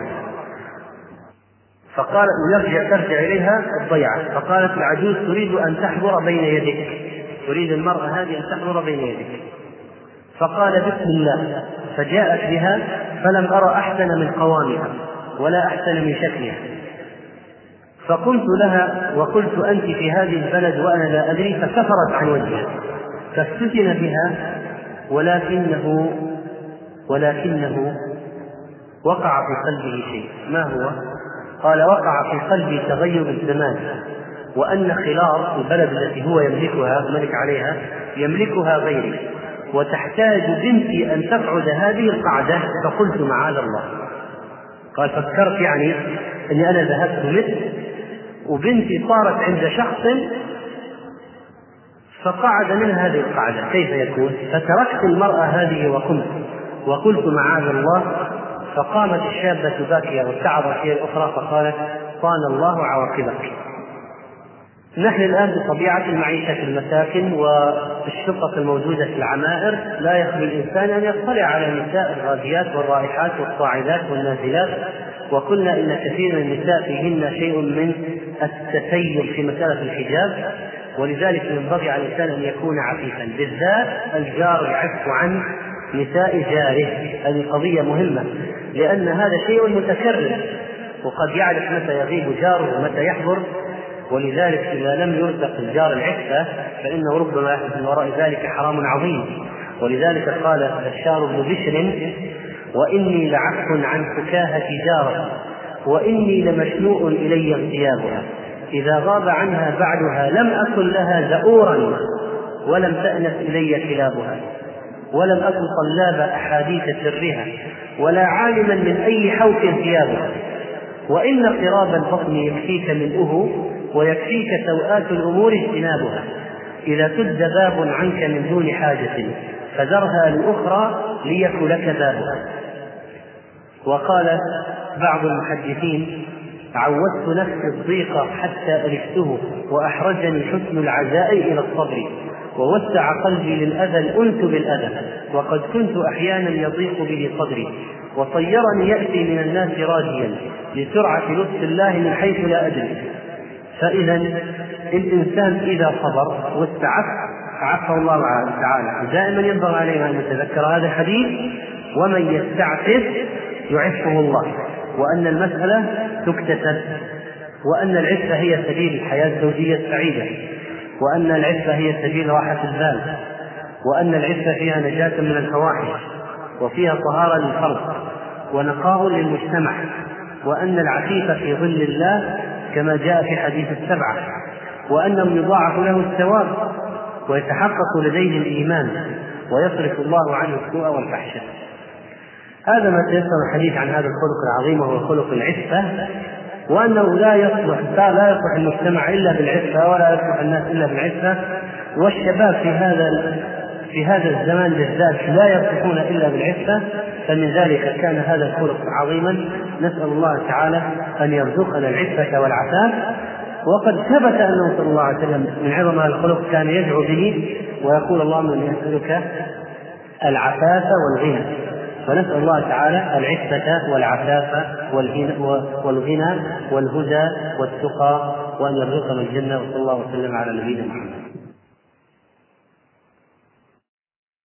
فقال يرجع ترجع إليها الضيعة، فقالت العجوز تريد أن تحضر بين يدك، تريد المرأة هذه أن تحضر بين يدك. فقال بسم الله، فجاءت بها فلم أرى أحسن من قوامها ولا أحسن من شكلها. فقلت لها وقلت أنت في هذه البلد وأنا لا أدري، فكفرت عن وجهها فافتتن بها، ولكنه ولكنه وقع في قلبه شيء. ما هو؟ قال وقع في قلبي تغير الزمان، وأن خلاص البلد التي هو يملكها ملك عليها يملكها غيري، وتحتاج بنتي أن تقعد هذه القعدة، فقلت معاذ الله. قال فكرت يعني أني أنا ذهبت مصر وبنتي صارت عند شخص فقعد من هذه القعدة، كيف يكون؟ فتركت المرأة هذه وقمت وقلت معاذ الله. فقامت الشابة باكية واتعظت هي الأخرى فقالت صان الله عواقبك. نحن الآن بطبيعة المعيشة في المساكن والشقق الموجودة في العمائر لا يخلو الإنسان أن يطلع على النساء الغاديات والرائحات والصاعدات والنازلات وقلنا إن كثير من النساء فيهن شيء من التسيب في مسألة الحجاب، ولذلك ينبغي على الإنسان أن يكون عفيفا، بالذات الجار يعف عن نساء جاره. هذه قضية مهمة، لأن هذا شيء متكرر، وقد يعرف متى يغيب جاره ومتى يحضر، ولذلك إذا لم يرزق الجار العفة فإنه ربما يحدث من وراء ذلك حرام عظيم. ولذلك قال بشار بن بشر: وإني لعف عن فكاهة جارتي، وإني لمشنوء إلي اغتيابها، إذا غاب عنها بعدها لم أكن لها زؤورا ولم تأنس إلي كلابها، ولم أكن طلاب أحاديث سرها، ولا عالما من أي حوك ثيابها، وإن قراب البطن يكفيك ملؤه، ويكفيك سوءات الأمور اجتنابها، إذا سد باب عنك من دون حاجة فذرها لأخرى ليك لك بابها. وقال بعض المحدثين: عودت نفسي الضيق حتى ألفته، وأحرجني حسن العزاء إلى الصبر، ووسع قلبي للأذى الأنس بالأذى، وقد كنت أحيانا يضيق به صدري، وصيرني يأتي من الناس راجيا لسرعة لطف الله من حيث لا أدري. فإذا الإنسان إذا صبر واستعف عفه الله تعالى. دائما ينبغي علينا أن نتذكر هذا الحديث: ومن يستعفف يعفه الله، وأن المسألة تكتسب، وأن العفة هي سبيل الحياة الزوجية السعيدة، وأن العفة هي سبيل راحة البال، وأن العفة فيها نجاة من الفواحش، وفيها طهارة للفرد ونقاء للمجتمع، وأن العفيف في ظل الله كما جاء في حديث السبعة، وأنه يضاعف له الثواب ويتحقق لديه الإيمان ويصرف الله عنه السوء والفحشاء. هذا ما تيسر الحديث عن هذا الخلق العظيم، وهو خلق العفة، وأنه لا يصلح لا يصلح المجتمع إلا بالعفة، ولا يصلح الناس إلا بالعفة، والشباب في هذا في هذا الزمان بالذات لا يصلحون إلا بالعفة، فمن ذلك كان هذا الخلق عظيما. نسأل الله تعالى أن يرزقنا العفة والعفاف. وقد ثبت أنه صلى الله عليه وسلم من عظم هذا الخلق كان يدعو به ويقول: اللهم إني أسألك العفاف والغنى. فنسأل الله تعالى العفة والعفاف والغنى والهدى والتقى، وأن يرزقنا الجنة. وصلى الله وسلم على نبينا محمد.